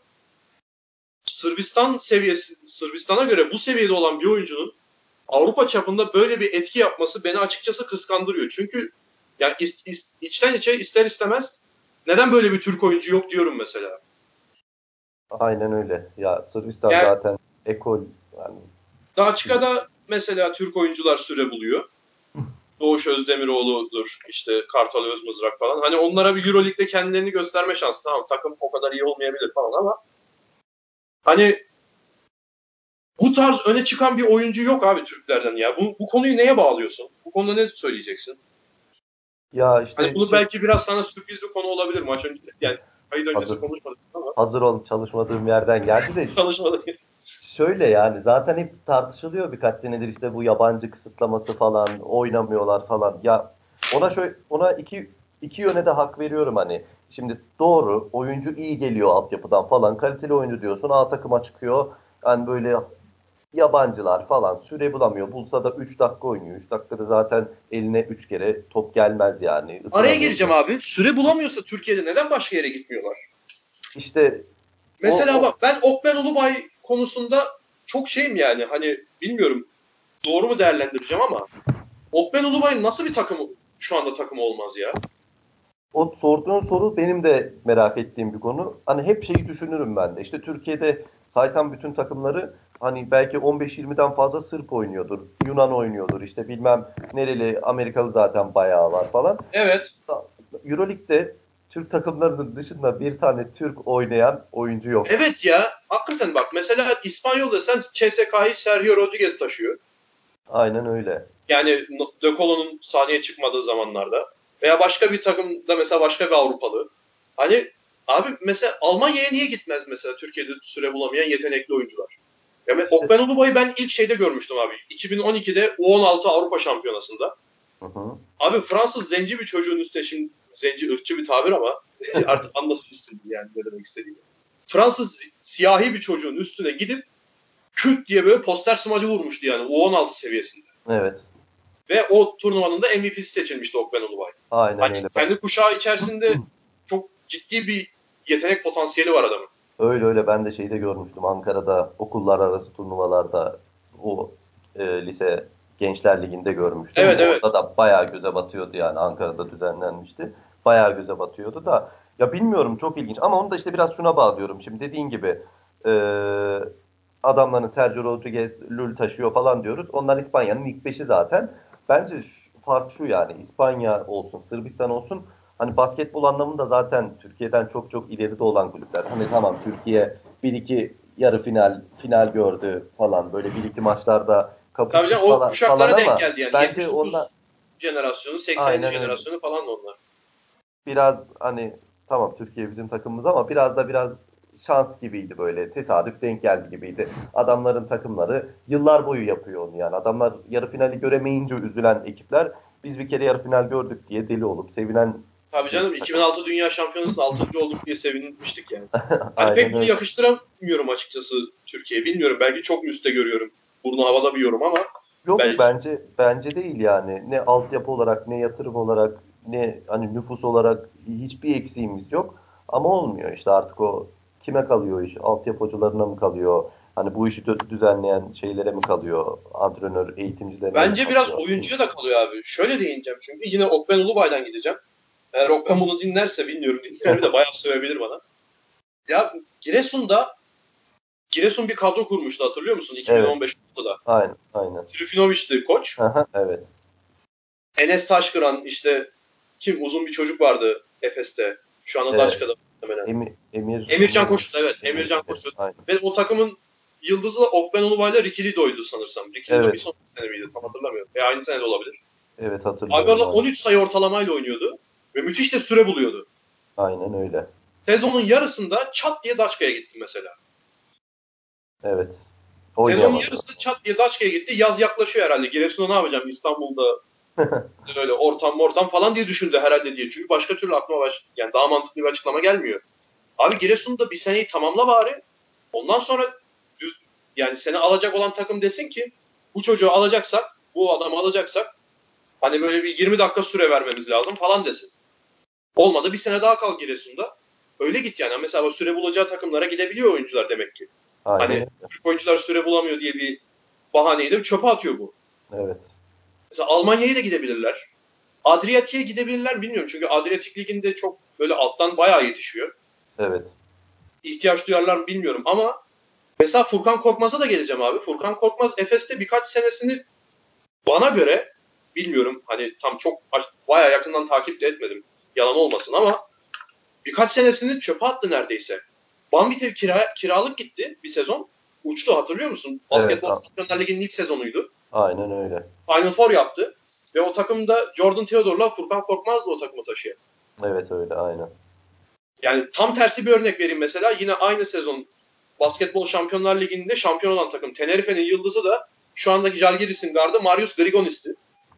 Sırbistan'a göre bu seviyede olan bir oyuncunun Avrupa çapında böyle bir etki yapması beni açıkçası kıskandırıyor. Çünkü yani içten içe ister istemez neden böyle bir Türk oyuncu yok diyorum mesela. Aynen öyle. Ya Sırbistan Yani zaten ekol yani Daçka'da mesela Türk oyuncular süre buluyor. Doğuş Özdemiroğlu'dur, işte Kartal Özmızrak falan. Hani onlara bir Euroleague'de kendilerini gösterme şansı. Tamam takım o kadar iyi olmayabilir falan ama hani bu tarz öne çıkan bir oyuncu yok abi Türklerden ya. Bu konuyu neye bağlıyorsun? Bu konuda ne söyleyeceksin? ya Hani işte bunu belki biraz sana sürpriz bir konu olabilir maç önce. Yani kayıt öncesi hazır konuşmadık ama hazır ol çalışmadığım yerden geldi de çalışmadık. Şöyle yani zaten hep tartışılıyor birkaç senedir işte bu yabancı kısıtlaması falan oynamıyorlar falan. Ya ona iki yöne de hak veriyorum hani. Şimdi doğru oyuncu iyi geliyor altyapıdan falan kaliteli oyuncu diyorsun A takıma çıkıyor. Yani böyle yabancılar falan süre bulamıyor. Bulsa da 3 dakika oynuyor. 3 dakikada zaten eline 3 kere top gelmez yani. Araya Isıramıyorsun. gireceğim abi. Süre bulamıyorsa Türkiye'de neden başka yere gitmiyorlar? İşte Mesela o bak ben Okben Ulubay konusunda çok şeyim yani. Hani bilmiyorum doğru mu değerlendireceğim ama Okben Ulubay nasıl bir takım şu anda takımı olmaz ya? O sorduğun soru benim de merak ettiğim bir konu. Hani hep şeyi düşünürüm ben de. İşte Türkiye'de saytan bütün takımları hani belki 15-20'den fazla Sırp oynuyordur. Yunan oynuyordur. İşte bilmem nereli Amerikalı zaten bayağı var falan. Evet. Euroleague'de Türk takımlarının dışında bir tane Türk oynayan oyuncu yok. Evet ya. Hakikaten bak mesela İspanyol desen CSK'yı Sergio Rodriguez taşıyor. Aynen öyle. Yani De Colo'nun sahneye çıkmadığı zamanlarda. Veya başka bir takımda mesela başka bir Avrupalı. Hani abi mesela Almanya'ya niye gitmez mesela Türkiye'de süre bulamayan yetenekli oyuncular? Yani İşte Okben Ulubay'ı ben ilk şeyde görmüştüm abi. 2012'de U16 Avrupa Şampiyonası'nda. hı hı. Abi Fransız zenci bir çocuğun üstüne şimdi zenci ırkçı bir tabir ama artık anlatmışsın yani ne demek istediğimi. Fransız siyahi bir çocuğun üstüne gidip küt diye böyle poster smacı vurmuştu yani U16 seviyesinde. Evet. Ve o turnuvanın da MVP'si seçilmişti Okben Ulubay. Aynen Hani öyle. kendi kuşağı içerisinde çok ciddi bir yetenek potansiyeli var adamın. Öyle öyle ben de şeyde görmüştüm Ankara'da okullar arası turnuvalarda o lise Gençler Ligi'nde görmüştüm. Evet Orada evet. da bayağı göze batıyordu yani Ankara'da düzenlenmişti. Bayağı göze batıyordu da ya bilmiyorum çok ilginç ama onu da işte biraz şuna bağlıyorum. Şimdi dediğin gibi e, adamların Sergio Rodriguez, Lul taşıyor falan diyoruz. Onlar İspanya'nın ilk beşi zaten. Bence fark şu yani İspanya olsun, Sırbistan olsun. Hani basketbol anlamında zaten Türkiye'den çok çok ileride olan kulüpler. Hani tamam Türkiye bir iki yarı final gördü falan. Böyle bir iki maçlarda Tabii kapıştık canım o falan kuşaklara denk ama geldi yani. bence onlar 79 jenerasyonu, 80'li aynen öyle. jenerasyonu falan da onlar. Biraz hani tamam Türkiye bizim takımımız ama biraz şans gibiydi böyle. Tesadüf denk geldi gibiydi. Adamların takımları yıllar boyu yapıyor onu yani. Adamlar yarı finali göremeyince üzülen ekipler biz bir kere yarı final gördük diye deli olup sevinen Tabii bir canım takım. 2006 Dünya Şampiyonası'nda 6. olduk diye sevinmiştik yani. Hani pek Aynen bunu öyle. yakıştıramıyorum açıkçası Türkiye'ye. Bilmiyorum belki çok üstte görüyorum. Burnu havada bir yorum ama Yok belki bence değil yani. Ne altyapı olarak ne yatırım olarak ne hani nüfus olarak hiçbir eksiğimiz yok. Ama olmuyor işte artık o kime kalıyor iş? Altyapı hocalarına mı kalıyor? Hani bu işi düzenleyen şeylere mi kalıyor? Antrenör eğitimcilerine mi bence biraz kalıyor? oyuncuya da kalıyor abi. Şöyle değineceğim çünkü yine Okben Ulubay'dan gideceğim. Eğer Okben bunu dinlerse bilmiyorum dinler mi de bayağı sövebilir bana. Ya Giresun bir kadro kurmuştu hatırlıyor musun? Evet, 2015 ortada. aynen. Trifinovic'ti koç. Aha, evet. Enes Taşkıran işte kim uzun bir çocuk vardı Efes'te. Şu anda Ee, Daçka'da muhtemelen. Emir Emircan mi? Koçut evet. Emir Emircan gibi. Koçut. Aynen. Ve o takımın yıldızı da Okben Ulubay'la Ricky Lido'ydu sanırsam. Ricky Lido bir Evet, sonraki sene miydi tam hatırlamıyorum. Aynı sene de olabilir. evet Abi hatırlıyorum orada aynen. 13 sayı ortalamayla oynuyordu. Ve müthiş de süre buluyordu. Aynen öyle. Sezonun yarısında çat diye Daçka'ya gitti mesela. Evet. Sezonun Oynayamadı. yarısı çat diye Daçka'ya gitti. Yaz yaklaşıyor herhalde. Giresun'a ne yapacağım İstanbul'da öyle ortam falan diye düşündü herhalde diye. Çünkü başka türlü aklıma yani daha mantıklı bir açıklama gelmiyor. Abi Giresun'da bir seneyi tamamla bari. Ondan sonra yani seni alacak olan takım desin ki bu çocuğu alacaksak, bu adamı alacaksak hani böyle bir 20 dakika süre vermemiz lazım falan desin. Olmadı bir sene daha kal Giresun'da. Öyle git yani. Mesela süre bulacağı takımlara gidebiliyor oyuncular demek ki. Aynen Hani öyle. Türk oyuncular süre bulamıyor diye bir bahaneyi de çöpe atıyor bu. Evet. Mesela Almanya'ya da gidebilirler. Adriyatik'e gidebilirler bilmiyorum. Çünkü Adriyatik Ligi'nde çok böyle alttan bayağı yetişiyor. Evet. İhtiyaç duyarlar mı bilmiyorum ama mesela Furkan Korkmaz'a da geleceğim abi. Furkan Korkmaz Efes'te birkaç senesini bana göre bilmiyorum hani tam çok bayağı yakından takip de etmedim. Yalan olmasın ama birkaç senesini çöpe attı neredeyse. Banvit'e kiralık gitti bir sezon. Uçtu hatırlıyor musun? Evet. Basketbol Şampiyonlar Ligi'nin ilk sezonuydu. Aynen öyle. Final Four yaptı. Ve o takımda Jordan Theodore'la Furkan Korkmaz'la o takımı taşıyan. Evet öyle aynen. Yani tam tersi bir örnek vereyim mesela. Yine aynı sezon Basketbol Şampiyonlar Ligi'nde şampiyon olan takım. Tenerife'nin yıldızı da şu andaki Žalgiris'in gardı Marius Grigonis'ti.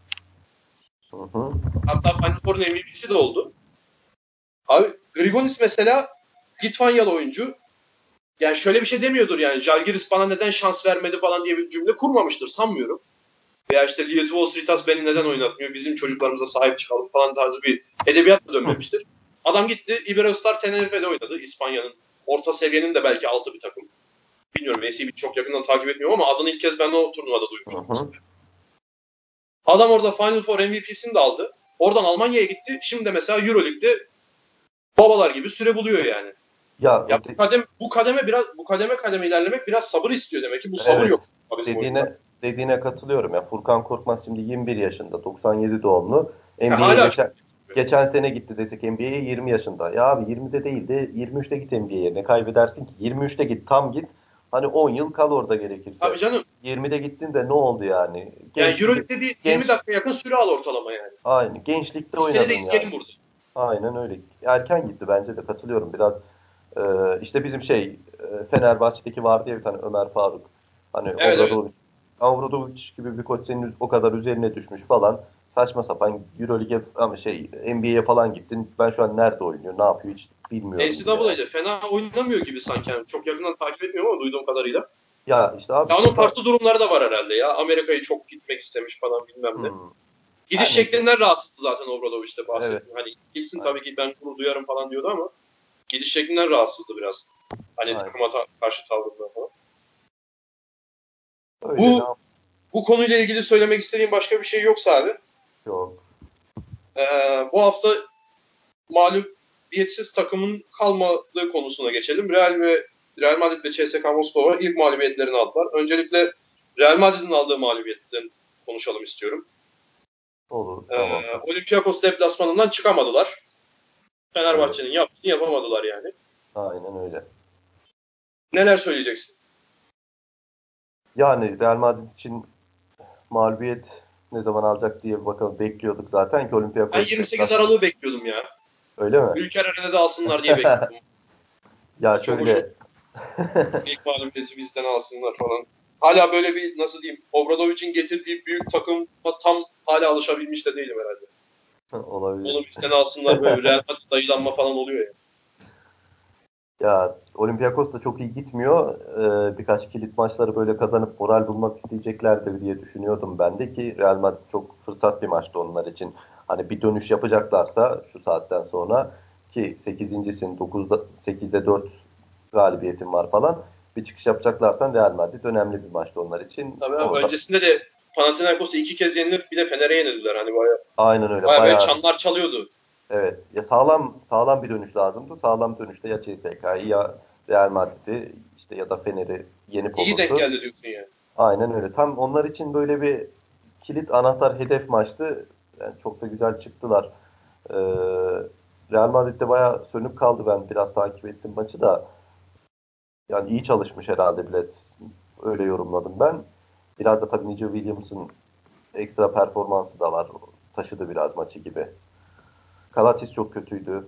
Hatta Final Four'un MVP'si de oldu. Abi Grigonis mesela Litvanyalı oyuncu. Yani şöyle bir şey demiyordur yani. Žalgiris bana neden şans vermedi falan diye bir cümle kurmamıştır sanmıyorum. Veya işte Lietuvos Rytas beni neden oynatmıyor, bizim çocuklarımıza sahip çıkalım falan tarzı bir edebiyatla dönmemiştir. Adam gitti Iberostar Tenerife'de oynadı. İspanya'nın orta seviyenin de belki altı bir takım. Bilmiyorum, NCAA'yi çok yakından takip etmiyorum ama adını ilk kez ben o turnuvada duymuştum. Adam orada Final Four MVP'sini de aldı. Oradan Almanya'ya gitti. Şimdi de mesela Euroleague'de babalar gibi süre buluyor yani. Ya bu kademe ilerlemek biraz sabır istiyor demek ki. Bu sabır yok bizim oyunda. Dediğine katılıyorum. Ya Furkan Korkmaz şimdi 21 yaşında, 97 doğumlu. Hala geçen sene gitti desek NBA'ye 20 yaşında. Ya abi 20'de değil de 23'te git NBA'ye. Ne kaybedersin ki? 23'te git, tam git. Hani 10 yıl kal orada gerekirse. Tabii canım. 20'de gittin de ne oldu yani? Yani Euroleague'de bir 20 dakika yakın süre al ortalama yani. Aynı. Gençlikte Biz seni de oynadın izleyelim yani. burada. Aynen öyle. Erken gitti bence de, katılıyorum. Biraz işte bizim Fenerbahçe'deki vardı ya bir tane Ömer Faruk. Hani Evet. Obradovic gibi bir koç senin o kadar üzerine düşmüş falan. Saçma sapan Euroleague'e ama NBA'ye falan gittin. Ben şu an nerede oynuyor, ne yapıyor hiç bilmiyorum bile yani. NCAA'de fena oynamıyor gibi sanki. Yani çok yakından takip etmiyorum ama duyduğum kadarıyla. Ya işte abi Ya onun farklı durumları da var herhalde ya. Amerika'yı çok gitmek istemiş falan bilmem ne. Gidiş her neyse. şeklinden rahatsızdı zaten Obradovic'te Evet. bahsettim. Hani gitsin Aynen. tabii ki ben gurur duyarım falan diyordu ama gidiş şeklinden rahatsızdı biraz. Hani Aynen. takıma karşı tavrından falan. Öyle ne Bu konuyla ilgili söylemek istediğim başka bir şey yoksa abi. Yok. Bu hafta mağlubiyetsiz takımın kalmadığı konusuna geçelim. Real Madrid ve CSKA Moskova ilk mağlubiyetlerini aldılar. Öncelikle Real Madrid'in aldığı mağlubiyetten konuşalım istiyorum. Olur. Tamam. Olympiakos deplasmanından çıkamadılar. Evet. Fenerbahçe'nin yaptığını yapamadılar yani. Aynen öyle. Neler söyleyeceksin? Yani Real Madrid için mağlubiyet ne zaman alacak diye bakalım, bekliyorduk zaten ki Ben Olympiakos 28 deplasman. Aralık'ı bekliyordum ya. Öyle mi? Ülker Arena'da alsınlar diye bekliyordum. Ya Çok hoşuma şöyle ilk mağlubiyeti bizden alsınlar falan. Hala böyle bir nasıl diyeyim Obradovic'in getirdiği büyük takıma tam hala alışabilmiş de değilim herhalde. olabilir. Onu bizden alsınlar böyle bir Real Madrid dayılanma falan oluyor ya. Ya Olympiakos da çok iyi gitmiyor. Birkaç kilit maçları böyle kazanıp moral bulmak isteyeceklerdir diye düşünüyordum ben de, ki Real Madrid çok fırsat bir maçtı onlar için. Hani bir dönüş yapacaklarsa şu saatten sonra, ki 8.'sin 9'da 8'de 4 galibiyetin var falan. Bir çıkış yapacaklarsa Real Madrid önemli bir maçtı onlar için. Tabii abi, Orada öncesinde de Panathinaikos'u 2 kez yenilip bir de Fener'e yenildiler. Hani aynen öyle, baya böyle bayağı. çanlar çalıyordu. Evet. Ya sağlam bir dönüş lazımdı. Sağlam dönüşte ya CSK'yı ya Real Madrid'i işte ya da Fener'i yenip İyi denk olurdu. geldi diyorsun yani. Aynen öyle. Tam onlar için böyle bir kilit anahtar hedef maçtı. Yani çok da güzel çıktılar. Ee, Real Madrid'de bayağı sönük kaldı, ben biraz takip ettim maçı da. Yani iyi çalışmış herhalde Bilet. Öyle yorumladım ben. Biraz da tabii Nico Williams'ın ekstra performansı da var. Taşıdı biraz maçı gibi. Kalatis çok kötüydü.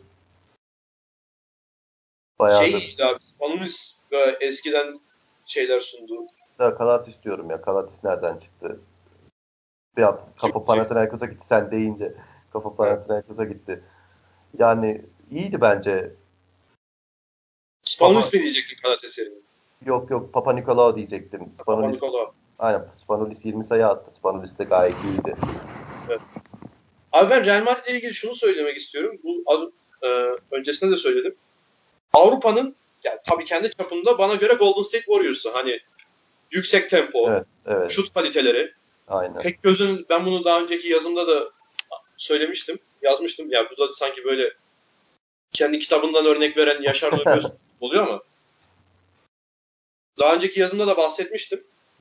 Bayağıdır. Iyiydi abi. Spanulis eskiden şeyler sundu. Kalatis diyorum ya. Kalatis nereden çıktı? Kafa Çık. Panathinaikos'a gitti sen deyince. Kafa Evet. Panathinaikos'a gitti. Yani iyiydi bence. Papa Spanulis mi diyecektin Kanat eserine? yok Papa Nikolaou diyecektim. Papa Nikola. Aynen, Spanulis 20 sayı attı. Spanulis de gayet iyiydi. Evet. Abi ben Real Madrid ile ilgili şunu söylemek istiyorum. Öncesinde de söyledim. Avrupa'nın yani tabii kendi çapında bana göre Golden State Warriors'ı. Hani yüksek tempo, Evet. şut kaliteleri. Aynen. Ben bunu daha önceki yazımda da söylemiştim. Yazmıştım. Ya bu da sanki böyle kendi kitabından örnek veren Yaşar Nuri Öz oluyor ama daha önceki yazımda da bahsetmiştim.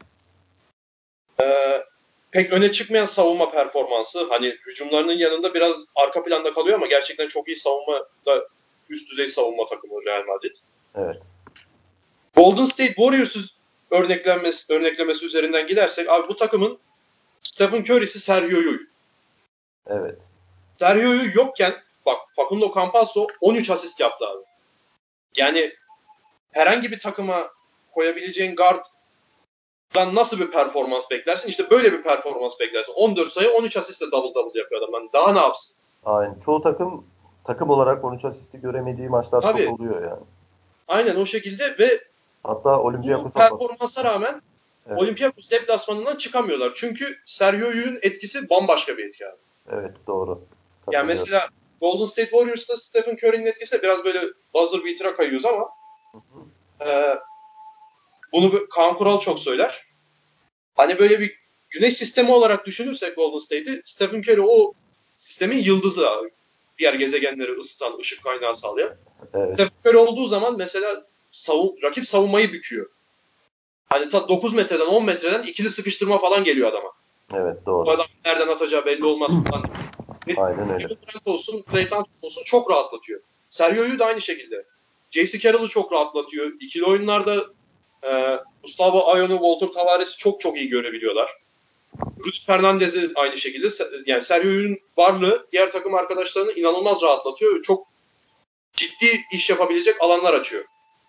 Pek öne çıkmayan savunma performansı. Hani hücumlarının yanında biraz arka planda kalıyor ama gerçekten çok iyi savunma da üst düzey savunma takımı Real Madrid. Evet. Golden State Warriors'u örneklemesi üzerinden gidersek abi bu takımın Stephen Curry'si Sergio Llull. Evet. Sergio Llull yokken bak Facundo Campazzo 13 asist yaptı abi. Yani herhangi bir takıma koyabileceğin guard'dan nasıl bir performans beklersin? İşte böyle bir performans beklersin. 14 sayı 13 asistle double double yapıyor adam. Yani daha ne yapsın? Aynen. Çoğu takım olarak 13 asisti göremediği maçlar çok Tabii. oluyor yani. Aynen o şekilde ve Hatta bu Olympiakos'a bak. performansa rağmen Evet. Olympiakos deplasmanından çıkamıyorlar. Çünkü Sergio Llull'ün etkisi bambaşka bir etki abi. Evet, doğru. Yani mesela Golden State Warriors'ta Stephen Curry'nin etkisi de biraz böyle buzzer beater'a kayıyoruz ama e, bunu Kaan Kural çok söyler. Hani böyle bir güneş sistemi olarak düşünürsek Golden State'i, Stephen Curry o sistemin yıldızı abi. Diğer gezegenleri ısıtan, ışık kaynağı sağlayan. Evet. Stephen Curry olduğu zaman mesela rakip savunmayı büküyor. Hani 9 metreden 10 metreden ikili sıkıştırma falan geliyor adama. Evet, Bu doğru. adam nereden atacağı belli olmaz falan. Aynen öyle. Kevin Durant olsun, Klay Thompson olsun çok rahatlatıyor. Sergio'yu da aynı şekilde. J.C. Carroll'ı çok rahatlatıyor. İkili oyunlarda Gustavo Ayon'u, Walter Tavares'i çok çok iyi görebiliyorlar. Rudy Fernandez'i aynı şekilde. Yani Sergio'nun varlığı diğer takım arkadaşlarını inanılmaz rahatlatıyor ve çok ciddi iş yapabilecek alanlar açıyor.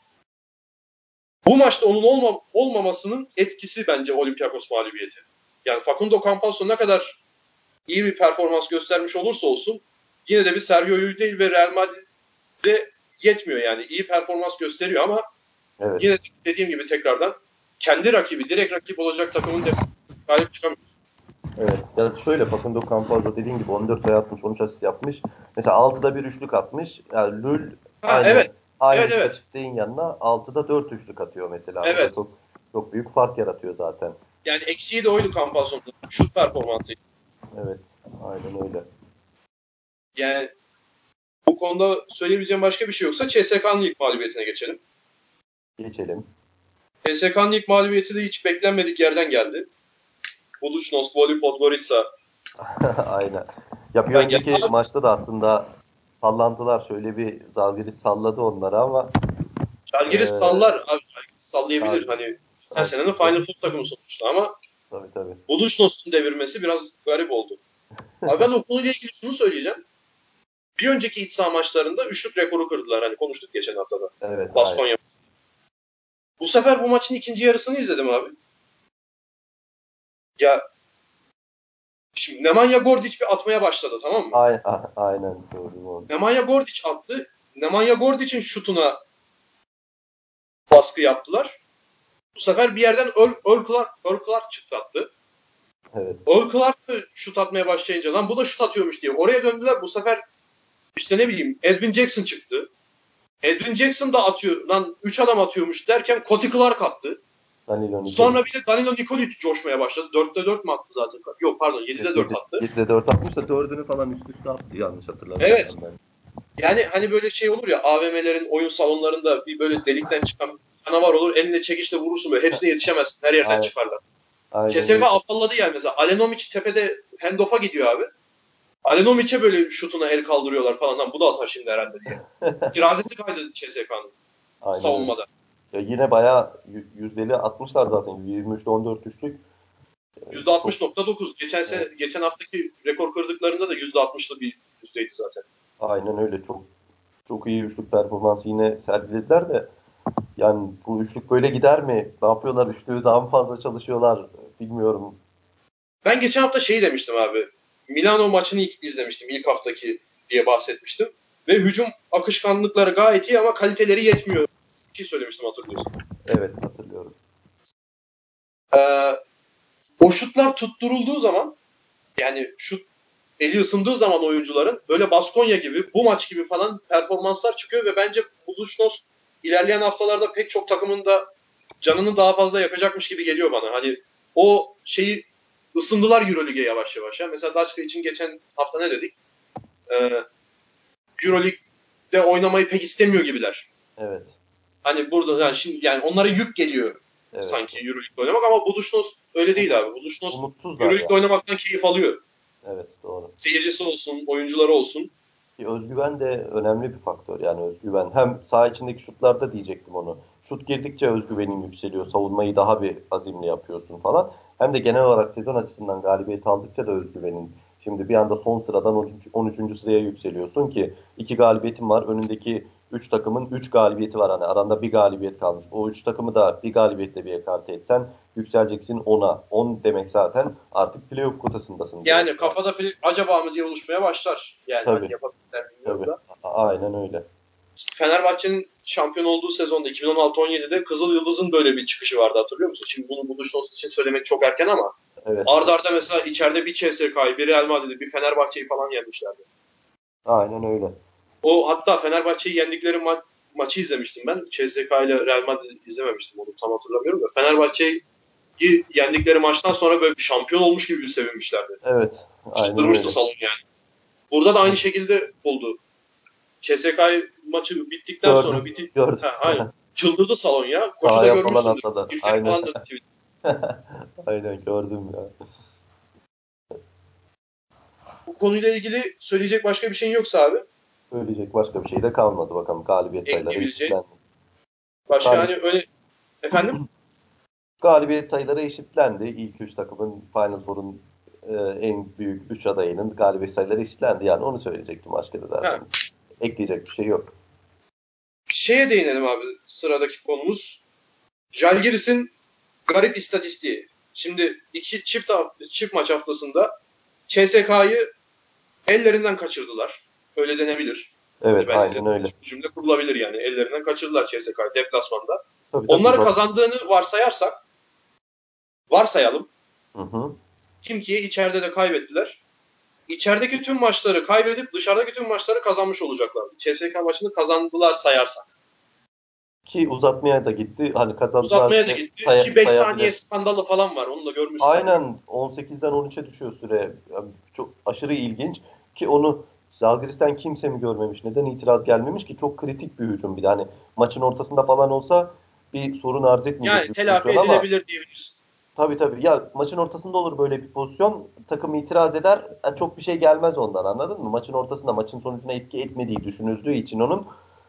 Bu maçta onun olmamasının etkisi bence Olympiakos mağlubiyeti. Yani Facundo Campazzo ne kadar iyi bir performans göstermiş olursa olsun yine de bir Sergio'yu değil ve Real Madrid'de yetmiyor yani. İyi performans gösteriyor ama Evet. yine de dediğim gibi tekrardan kendi rakibi, direkt rakip olacak takımın galip çıkamıyor. Evet. Ya şöyle Facundo Campazzo dediğin gibi 14 sayı atmış, 13 asist yapmış. Mesela 6'da bir üçlük atmış. Yani Lul Ha evet. aynı Evet. istatistiğin yanına 6'da 4 üçlük atıyor mesela. Bu da Evet. çok büyük fark yaratıyor zaten. Yani eksiği de oydu Campazzo'nun. Şut performansı. Evet. Aynen öyle. Yani bu konuda söyleyebileceğim başka bir şey yoksa CSK'nın ilk mağlubiyetine geçelim. Geçelim. CSK'nın ilk mağlubiyeti de hiç beklenmedik yerden geldi. Budućnost, Voli Podgorica. Aynen. Ya bir Yani önceki maçta da aslında sallantılar şöyle bir Zalgiris salladı onları ama Žalgiris eee sallar abi. Žalgiris sallayabilir. Hani geçen senenin çok, Final Four takımı sonuçta ama tabii. Budućnost'un devirmesi biraz garip oldu. Abi ben o konuyla ilgili şunu söyleyeceğim. Bir önceki iç saha maçlarında üçlük rekoru kırdılar. Hani konuştuk geçen haftada. Evet, aynen. Baskonya. Bu sefer bu maçın ikinci yarısını izledim abi. Ya şimdi Nemanja Gordić bir atmaya başladı, tamam mı? Aynen doğru. Nemanja Gordić attı. Nemanja Gordić'in şutuna baskı yaptılar. Bu sefer bir yerden Earl Clark çıktı attı. Evet. Earl Clark şut atmaya başlayınca lan bu da şut atıyormuş diye oraya döndüler. Bu sefer işte ne bileyim Edwin Jackson çıktı. Edwin Jackson da atıyor. Lan 3 adam atıyormuş derken Cody Clark attı. Danilo Nikolic. Sonra bir de Danilo Nikolic coşmaya başladı. 4'te 4 mü attı zaten? Yok pardon 7'de 4 attı. 7'de 4 atmış da 4'ünü falan üst üste attı yanlış Evet. hatırlamıyorsam ben. Yani hani böyle şey olur ya AVM'lerin oyun salonlarında bir böyle delikten çıkan canavar olur. Eline çekişle vurursun böyle. Hepsine yetişemezsin. Her yerden Aynen, çıkarlar. aynen CSKA öyle. afalladı yani mesela. Alenomic tepede handoff'a gidiyor abi. Alenomic'e böyle şutuna el kaldırıyorlar falan. Lan bu da atar şimdi herhalde diye. Kirazesi kaydı CSK'nın Aynen öyle. savunmada. Ya yine bayağı yüzdeli atmışlar zaten. 23'te 14 üçlük. Çok %60.9. evet, Geçen haftaki rekor kırdıklarında da %60'lı bir yüzdeydi zaten. aynen öyle. Çok iyi üçlük performansı yine sergilediler de yani bu üçlük böyle gider mi? Ne yapıyorlar? Üçlüğü daha mı fazla çalışıyorlar? Bilmiyorum. Ben geçen hafta şeyi demiştim abi. Milano maçını izlemiştim ilk haftaki diye bahsetmiştim. Ve hücum akışkanlıkları gayet iyi ama kaliteleri yetmiyor. Bir şey söylemiştim hatırlıyorsun. Evet, hatırlıyorum. Ee, O şutlar tutturulduğu zaman yani şut eli ısındığı zaman oyuncuların böyle Baskonya gibi bu maç gibi falan performanslar çıkıyor ve bence Budućnost ilerleyen haftalarda pek çok takımın da canını daha fazla yakacakmış gibi geliyor bana. Hani o şeyi ısındılar Euroleague'e yavaş yavaş. Ya. Mesela Daçka için geçen hafta ne dedik? Euroleague'de oynamayı pek istemiyor gibiler. Evet. Hani burada yani şimdi yani onlara yük geliyor Evet. sanki Euroleague'de oynamak ama Budućnost öyle değil abi. Budućnost Umutsuzlar Euroleague'de yani. oynamaktan keyif alıyor. Evet, doğru. Seyircisi olsun, oyuncuları olsun. Ki özgüven de önemli bir faktör yani özgüven. Hem saha içindeki şutlarda diyecektim onu. Şut girdikçe özgüvenin yükseliyor. Savunmayı daha bir azimli yapıyorsun falan. Hem de genel olarak sezon açısından galibiyet aldıkça da özgüvenin. Şimdi bir anda son sıradan 13. sıraya yükseliyorsun ki 2 galibiyetin var. Önündeki 3 takımın 3 galibiyeti var. Hani aranda bir galibiyet kalmış. O 3 takımı da bir galibiyetle bir ekarte etsen yükseleceksin 10'a. 10 demek zaten artık playoff kotasındasın. Yani kafada acaba mı diye oluşmaya başlar. Yani hani Tabii. yapabilirler bilmiyorum Tabii. da. Aynen öyle. Fenerbahçe'nin şampiyon olduğu sezonda 2016-17'de Kızıl Yıldız'ın böyle bir çıkışı vardı, hatırlıyor musun? Şimdi bunu Budućnost için söylemek çok erken ama Evet. arda arda mesela içeride bir CSK'yı, bir Real Madrid'i, bir Fenerbahçe'yi falan yenmişlerdi. Aynen öyle. O hatta Fenerbahçe'yi yendikleri maçı izlemiştim ben. CSK ile Real Madrid izlememiştim, onu tam hatırlamıyorum da. Fenerbahçe'yi yendikleri maçtan sonra böyle bir şampiyon olmuş gibi bir sevinmişlerdi. Evet. Aynen Çıldırmıştı öyle. salon yani. Burada da aynı şekilde oldu. CSK maçı bittikten sonra Gördüm. Gördüm. aynen. Çıldırdı salon ya. Koçu da Sahaya falan görmüşsündür. atladı. Gifleri Aynen. falan da tweet. Aynen gördüm ya. Bu konuyla ilgili söyleyecek başka bir şeyin yoksa abi, Söyleyecek başka bir şey de kalmadı bakalım. Galibiyet sayıları ekleyebileceğin. eşitlendi. Başka Galib hani öyle, efendim? Galibiyet sayıları eşitlendi. İlk 3 takımın Final Four'un en büyük 3 adayının galibiyet sayıları eşitlendi. Yani onu söyleyecektim, başka da zaten. Ha. Ekleyecek bir şey yok. Şeye değinelim abi, sıradaki konumuz. Žalgiris'in garip istatistiği. Şimdi iki çift maç haftasında CSK'yı ellerinden kaçırdılar. Öyle denebilir. Evet, Ben aynen izledim. öyle. Bu cümle kurulabilir yani. Ellerinden kaçırdılar CSK'yı deplasmanda. Tabii tabii Onları uzat. kazandığını varsayalım. Hı hı. Kimki'ye içeride de kaybettiler. İçerideki tüm maçları kaybedip dışarıdaki tüm maçları kazanmış olacaklardı. CSK maçını kazandılar sayarsak. Ki uzatmaya da gitti. Hani kazandılar Uzatmaya da diye gitti ki 5 saniye sayabilir. skandalı falan var. Onu da görmüşsündür. Aynen 18'den 13'e düşüyor süre. Yani çok aşırı ilginç ki onu Zalgiris'ten kimse mi görmemiş? Neden itiraz gelmemiş ki? Çok kritik bir hücum bir de. Hani maçın ortasında falan olsa bir sorun arz etmeyecek Yani bir telafi pozisyon ama edilebilir diyebiliriz. tabii tabii ya maçın ortasında olur böyle bir pozisyon. Takım itiraz eder. Çok bir şey gelmez ondan, anladın mı? Maçın ortasında maçın sonucuna etki etmediği düşünüldüğü için onun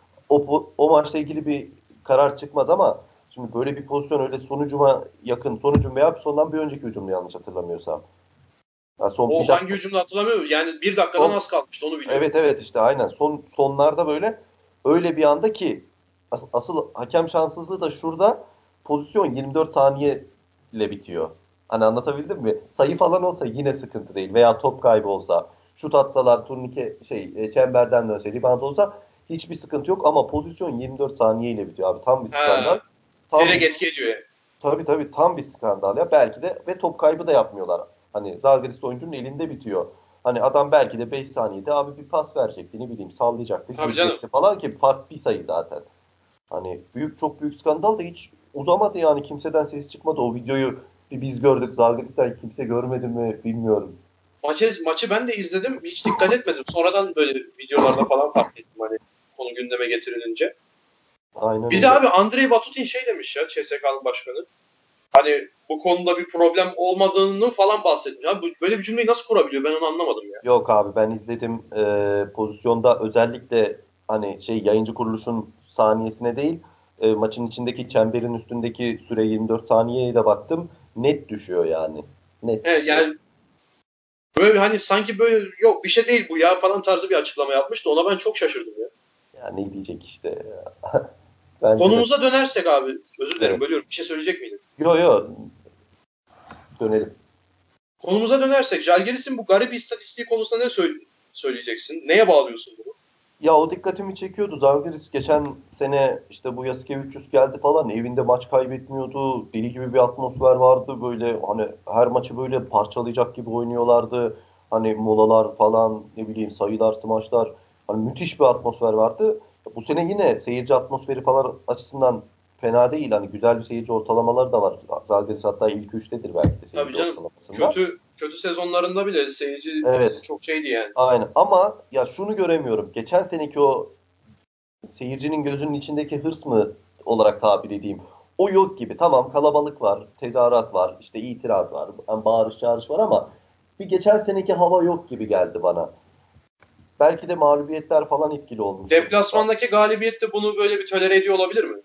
o maçla ilgili bir karar çıkmaz ama şimdi böyle bir pozisyon öyle sonucuma yakın sonucum veya sondan bir önceki hücumda yanlış hatırlamıyorsam. Ya son bir O hangi dakika hücumda hatırlamıyorum. Yani bir dakikadan son az kalmıştı, onu biliyorum. evet evet işte aynen sonlarda böyle öyle bir anda ki asıl hakem şanssızlığı da şurada, pozisyon 24 saniye ile bitiyor. Hani anlatabildim mi? Sayı falan olsa yine sıkıntı değil veya top kaybı olsa, şut atsalar, turnike çemberden dönse, rebound olsa hiçbir sıkıntı yok ama pozisyon 24 saniye ile bitiyor abi. Tam bir skandal. Ha, Tam direkt bir etki ediyor yani. Tabii tabii tam bir skandal ya. Belki de ve top kaybı da yapmıyorlar. Hani Zalgiris oyuncunun elinde bitiyor. Hani adam belki de 5 saniyede abi bir pas verecekti, ne bileyim sallayacaktı, Tabii canım. girecekti falan ki fark bir sayı zaten. Hani çok büyük skandal da hiç uzamadı yani, kimseden ses çıkmadı. O videoyu bir biz gördük, Zalgiris'ten kimse görmedi mi bilmiyorum. Maçı ben de izledim. Hiç dikkat etmedim. Sonradan böyle videolarda falan fark ettim, hani konu gündeme getirilince. Aynen Bir de öyle. abi Andrei Vatutin şey demiş ya, CSK'nın başkanı. Hani bu konuda bir problem olmadığını falan bahsetmiş. Abi böyle bir cümleyi nasıl kurabiliyor? Ben onu anlamadım ya. Yok abi ben izledim. Pozisyonda özellikle hani yayıncı kuruluşun saniyesine değil, maçın içindeki çemberin üstündeki süre 24 saniyeye de baktım. Net düşüyor yani. Net He, düşüyor. yani böyle hani sanki böyle yok bir şey değil bu ya falan tarzı bir açıklama yapmıştı. Ona ben çok şaşırdım ya. Ya ne diyecek işte ya. Bence de. Konumuza dönersek abi, özür dilerim Evet. bölüyorum. Bir şey söyleyecek miydin? Yo yo, dönelim. Konumuza dönersek Žalgiris'in bu garip istatistiği konusunda ne söyleyeceksin? Neye bağlıyorsun bunu? Ya o dikkatimi çekiyordu. Zalgiris geçen sene işte bu Yasikevicius geldi falan, evinde maç kaybetmiyordu. Deli gibi bir atmosfer vardı. Böyle hani her maçı böyle parçalayacak gibi oynuyorlardı. Hani molalar falan, ne bileyim sayılar, smaçlar. Hani müthiş bir atmosfer vardı. Bu sene yine seyirci atmosferi falan açısından fena değil. Hani güzel bir seyirci ortalamaları da var. Zalgiris hatta ilk üçtedir belki de Tabii seyirci canım. ortalamasında. Kötü sezonlarında bile seyirci Evet. çok şeydi yani. Aynen ama ya şunu göremiyorum. Geçen seneki o seyircinin gözünün içindeki hırs mı olarak tabir edeyim. O yok gibi. Tamam, kalabalık var, tezahürat var, işte itiraz var, yani bağırış çağırış var ama bir geçen seneki hava yok gibi geldi bana. Belki de mağlubiyetler falan etkili olmuştur bunda. Deplasmandaki galibiyette bunu böyle bir tolere ediyor olabilir mi?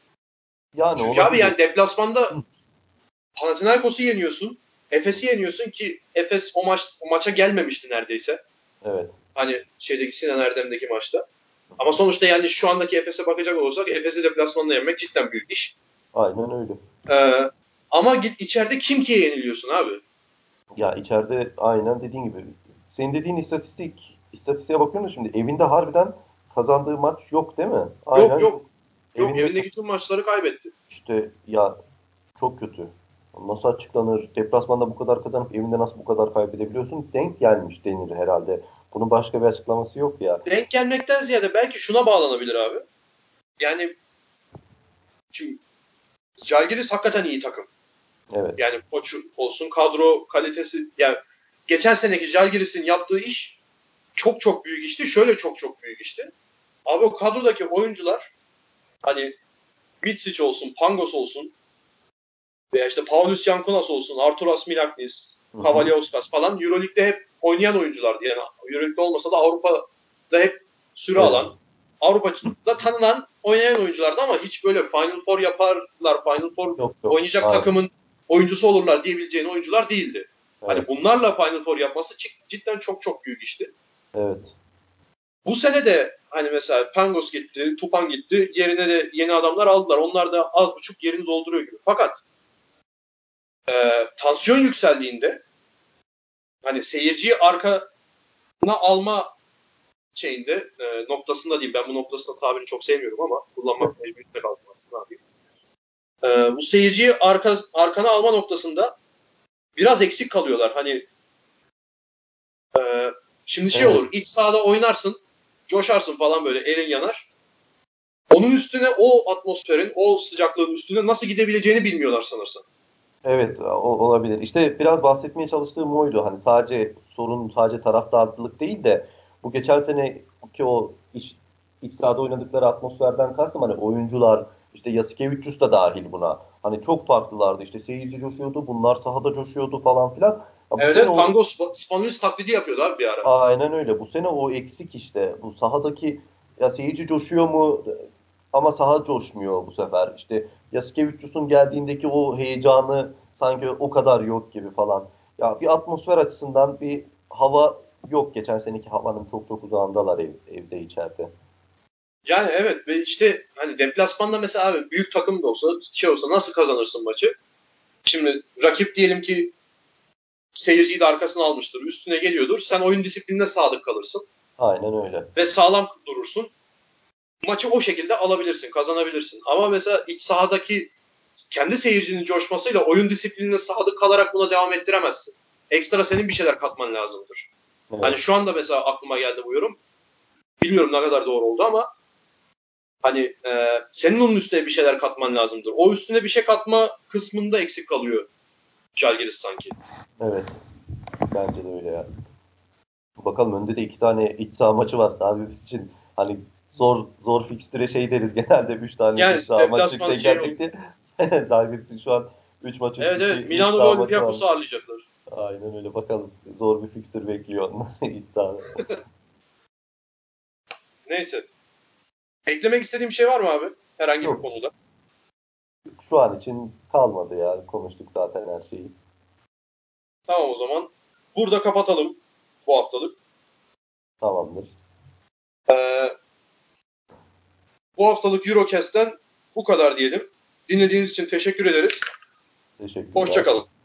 Yani Çünkü abi olabilir. yani deplasmanda Panathinaikos'u yeniyorsun. Efes'i yeniyorsun ki Efes o maça gelmemişti neredeyse. Evet. Hani şeydeki Sinan Erdem'deki maçta. Ama sonuçta yani şu andaki Efes'e bakacak olursak Efes'i deplasmanda yenmek cidden büyük iş. Aynen öyle. Ama git içeride kim kiye yeniliyorsun abi? Ya içeride aynen dediğin gibi. Senin dediğin istatistiğe bakıyorum da şimdi evinde harbiden kazandığı maç yok değil mi? Yok Aynen yok. yok. Yok, Evinde evindeki tüm maçları kaybetti. işte ya çok kötü. Nasıl açıklanır? Deplasmanda bu kadar kazanıp evinde nasıl bu kadar kaybedebiliyorsun? Denk gelmiş denir herhalde. Bunun başka bir açıklaması yok ya. Denk gelmekten ziyade belki şuna bağlanabilir abi. Yani şimdi Žalgiris hakikaten iyi takım. Evet. Yani koç olsun, kadro kalitesi. Yani geçen seneki Žalgiris'in yaptığı iş çok çok büyük işti. Şöyle çok çok büyük işti. Abi o kadrodaki oyuncular hani Mitsic olsun, Pangos olsun veya işte Paulius Yankunas olsun, Arturas Milaknis, Hı hı. Kavaliauskas falan Euroleague'de hep oynayan oyunculardı. Yani Euroleague'de olmasa da Avrupa'da hep süre Evet. alan, Avrupa'da tanınan oynayan oyunculardı ama hiç böyle Final Four yaparlar, Final Four Yok yok. oynayacak Aynen. takımın oyuncusu olurlar diyebileceğin oyuncular değildi. Hani Evet. bunlarla Final Four yapması cidden çok çok büyük işti. Evet. Bu sene de hani mesela Pangos gitti, Tupan gitti. Yerine de yeni adamlar aldılar. Onlar da az buçuk yerini dolduruyor gibi. Fakat tansiyon yükseldiğinde hani seyirciyi arkana alma şeyinde noktasında diyeyim. Ben bu noktasında tabirini çok sevmiyorum ama kullanmak mecburiyette kaldım artık. Ne yapayım? Bu seyirciyi arkana alma noktasında biraz eksik kalıyorlar. Hani şimdi şey Evet. olur. İç sahada oynarsın, coşarsın falan böyle elin yanar. Onun üstüne o atmosferin, o sıcaklığın üstüne nasıl gidebileceğini bilmiyorlar sanırsam. Evet, olabilir. İşte biraz bahsetmeye çalıştığım oydu. Hani sorun sadece taraftarlık değil de bu geçen seneki o iç sahada oynadıkları atmosferden kastım hani oyuncular işte Yasikevicius da dahil buna. Hani çok farklılardı. İşte seyirci coşuyordu, bunlar sahada coşuyordu falan filan. Ya bu Evet, sene evet, o Pangos Spanulis taklidi yapıyordu abi bir ara. aynen öyle. Bu sene o eksik işte. Bu sahadaki ya seyirci coşuyor mu? Ama saha coşmuyor bu sefer. İşte Yasikevicius'un geldiğindeki o heyecanı sanki o kadar yok gibi falan. Ya bir atmosfer açısından bir hava yok. Geçen seneki havanın çok çok uzağındalar evde içeride. Yani evet ve işte hani deplasmanda mesela abi büyük takım da olsa şey olsa nasıl kazanırsın maçı? Şimdi rakip diyelim ki seyirciyi de arkasına almıştır. Üstüne geliyordur. Sen oyun disiplinine sadık kalırsın. Aynen öyle. Ve sağlam durursun. Maçı o şekilde alabilirsin, kazanabilirsin. Ama mesela iç sahadaki kendi seyircinin coşmasıyla oyun disiplinine sadık kalarak buna devam ettiremezsin. Ekstra senin bir şeyler katman lazımdır. Hani Evet. şu anda mesela aklıma geldi bu yorum. Bilmiyorum ne kadar doğru oldu ama hani senin onun üstüne bir şeyler katman lazımdır. O üstüne bir şey katma kısmında eksik kalıyor Žalgiris sanki. Evet. Bence de öyle ya. Bakalım önde de iki tane iç saha maçı var. Sadece için hani zor fikstüre şey deriz genelde 3 tane Yani iç saha maçı deplasman denk şey oluyor. gelecekti. Zalgiris'in şu an 3 maç üst Evet, üste evet, iç Milano ve saha maçı var. Olympiakos'u ağırlayacaklar. Aynen öyle bakalım. Zor bir fikstür bekliyor onlar iç sahada. Neyse. Eklemek istediğim bir şey var mı abi? Herhangi bir Yok konuda. şu an için kalmadı ya. Konuştuk zaten her şeyi. Tamam o zaman. Burada kapatalım bu haftalık. Tamamdır. Ee, Bu haftalık Eurocast'ten bu kadar diyelim. Dinlediğiniz için teşekkür ederiz. Teşekkürler. Hoşçakalın.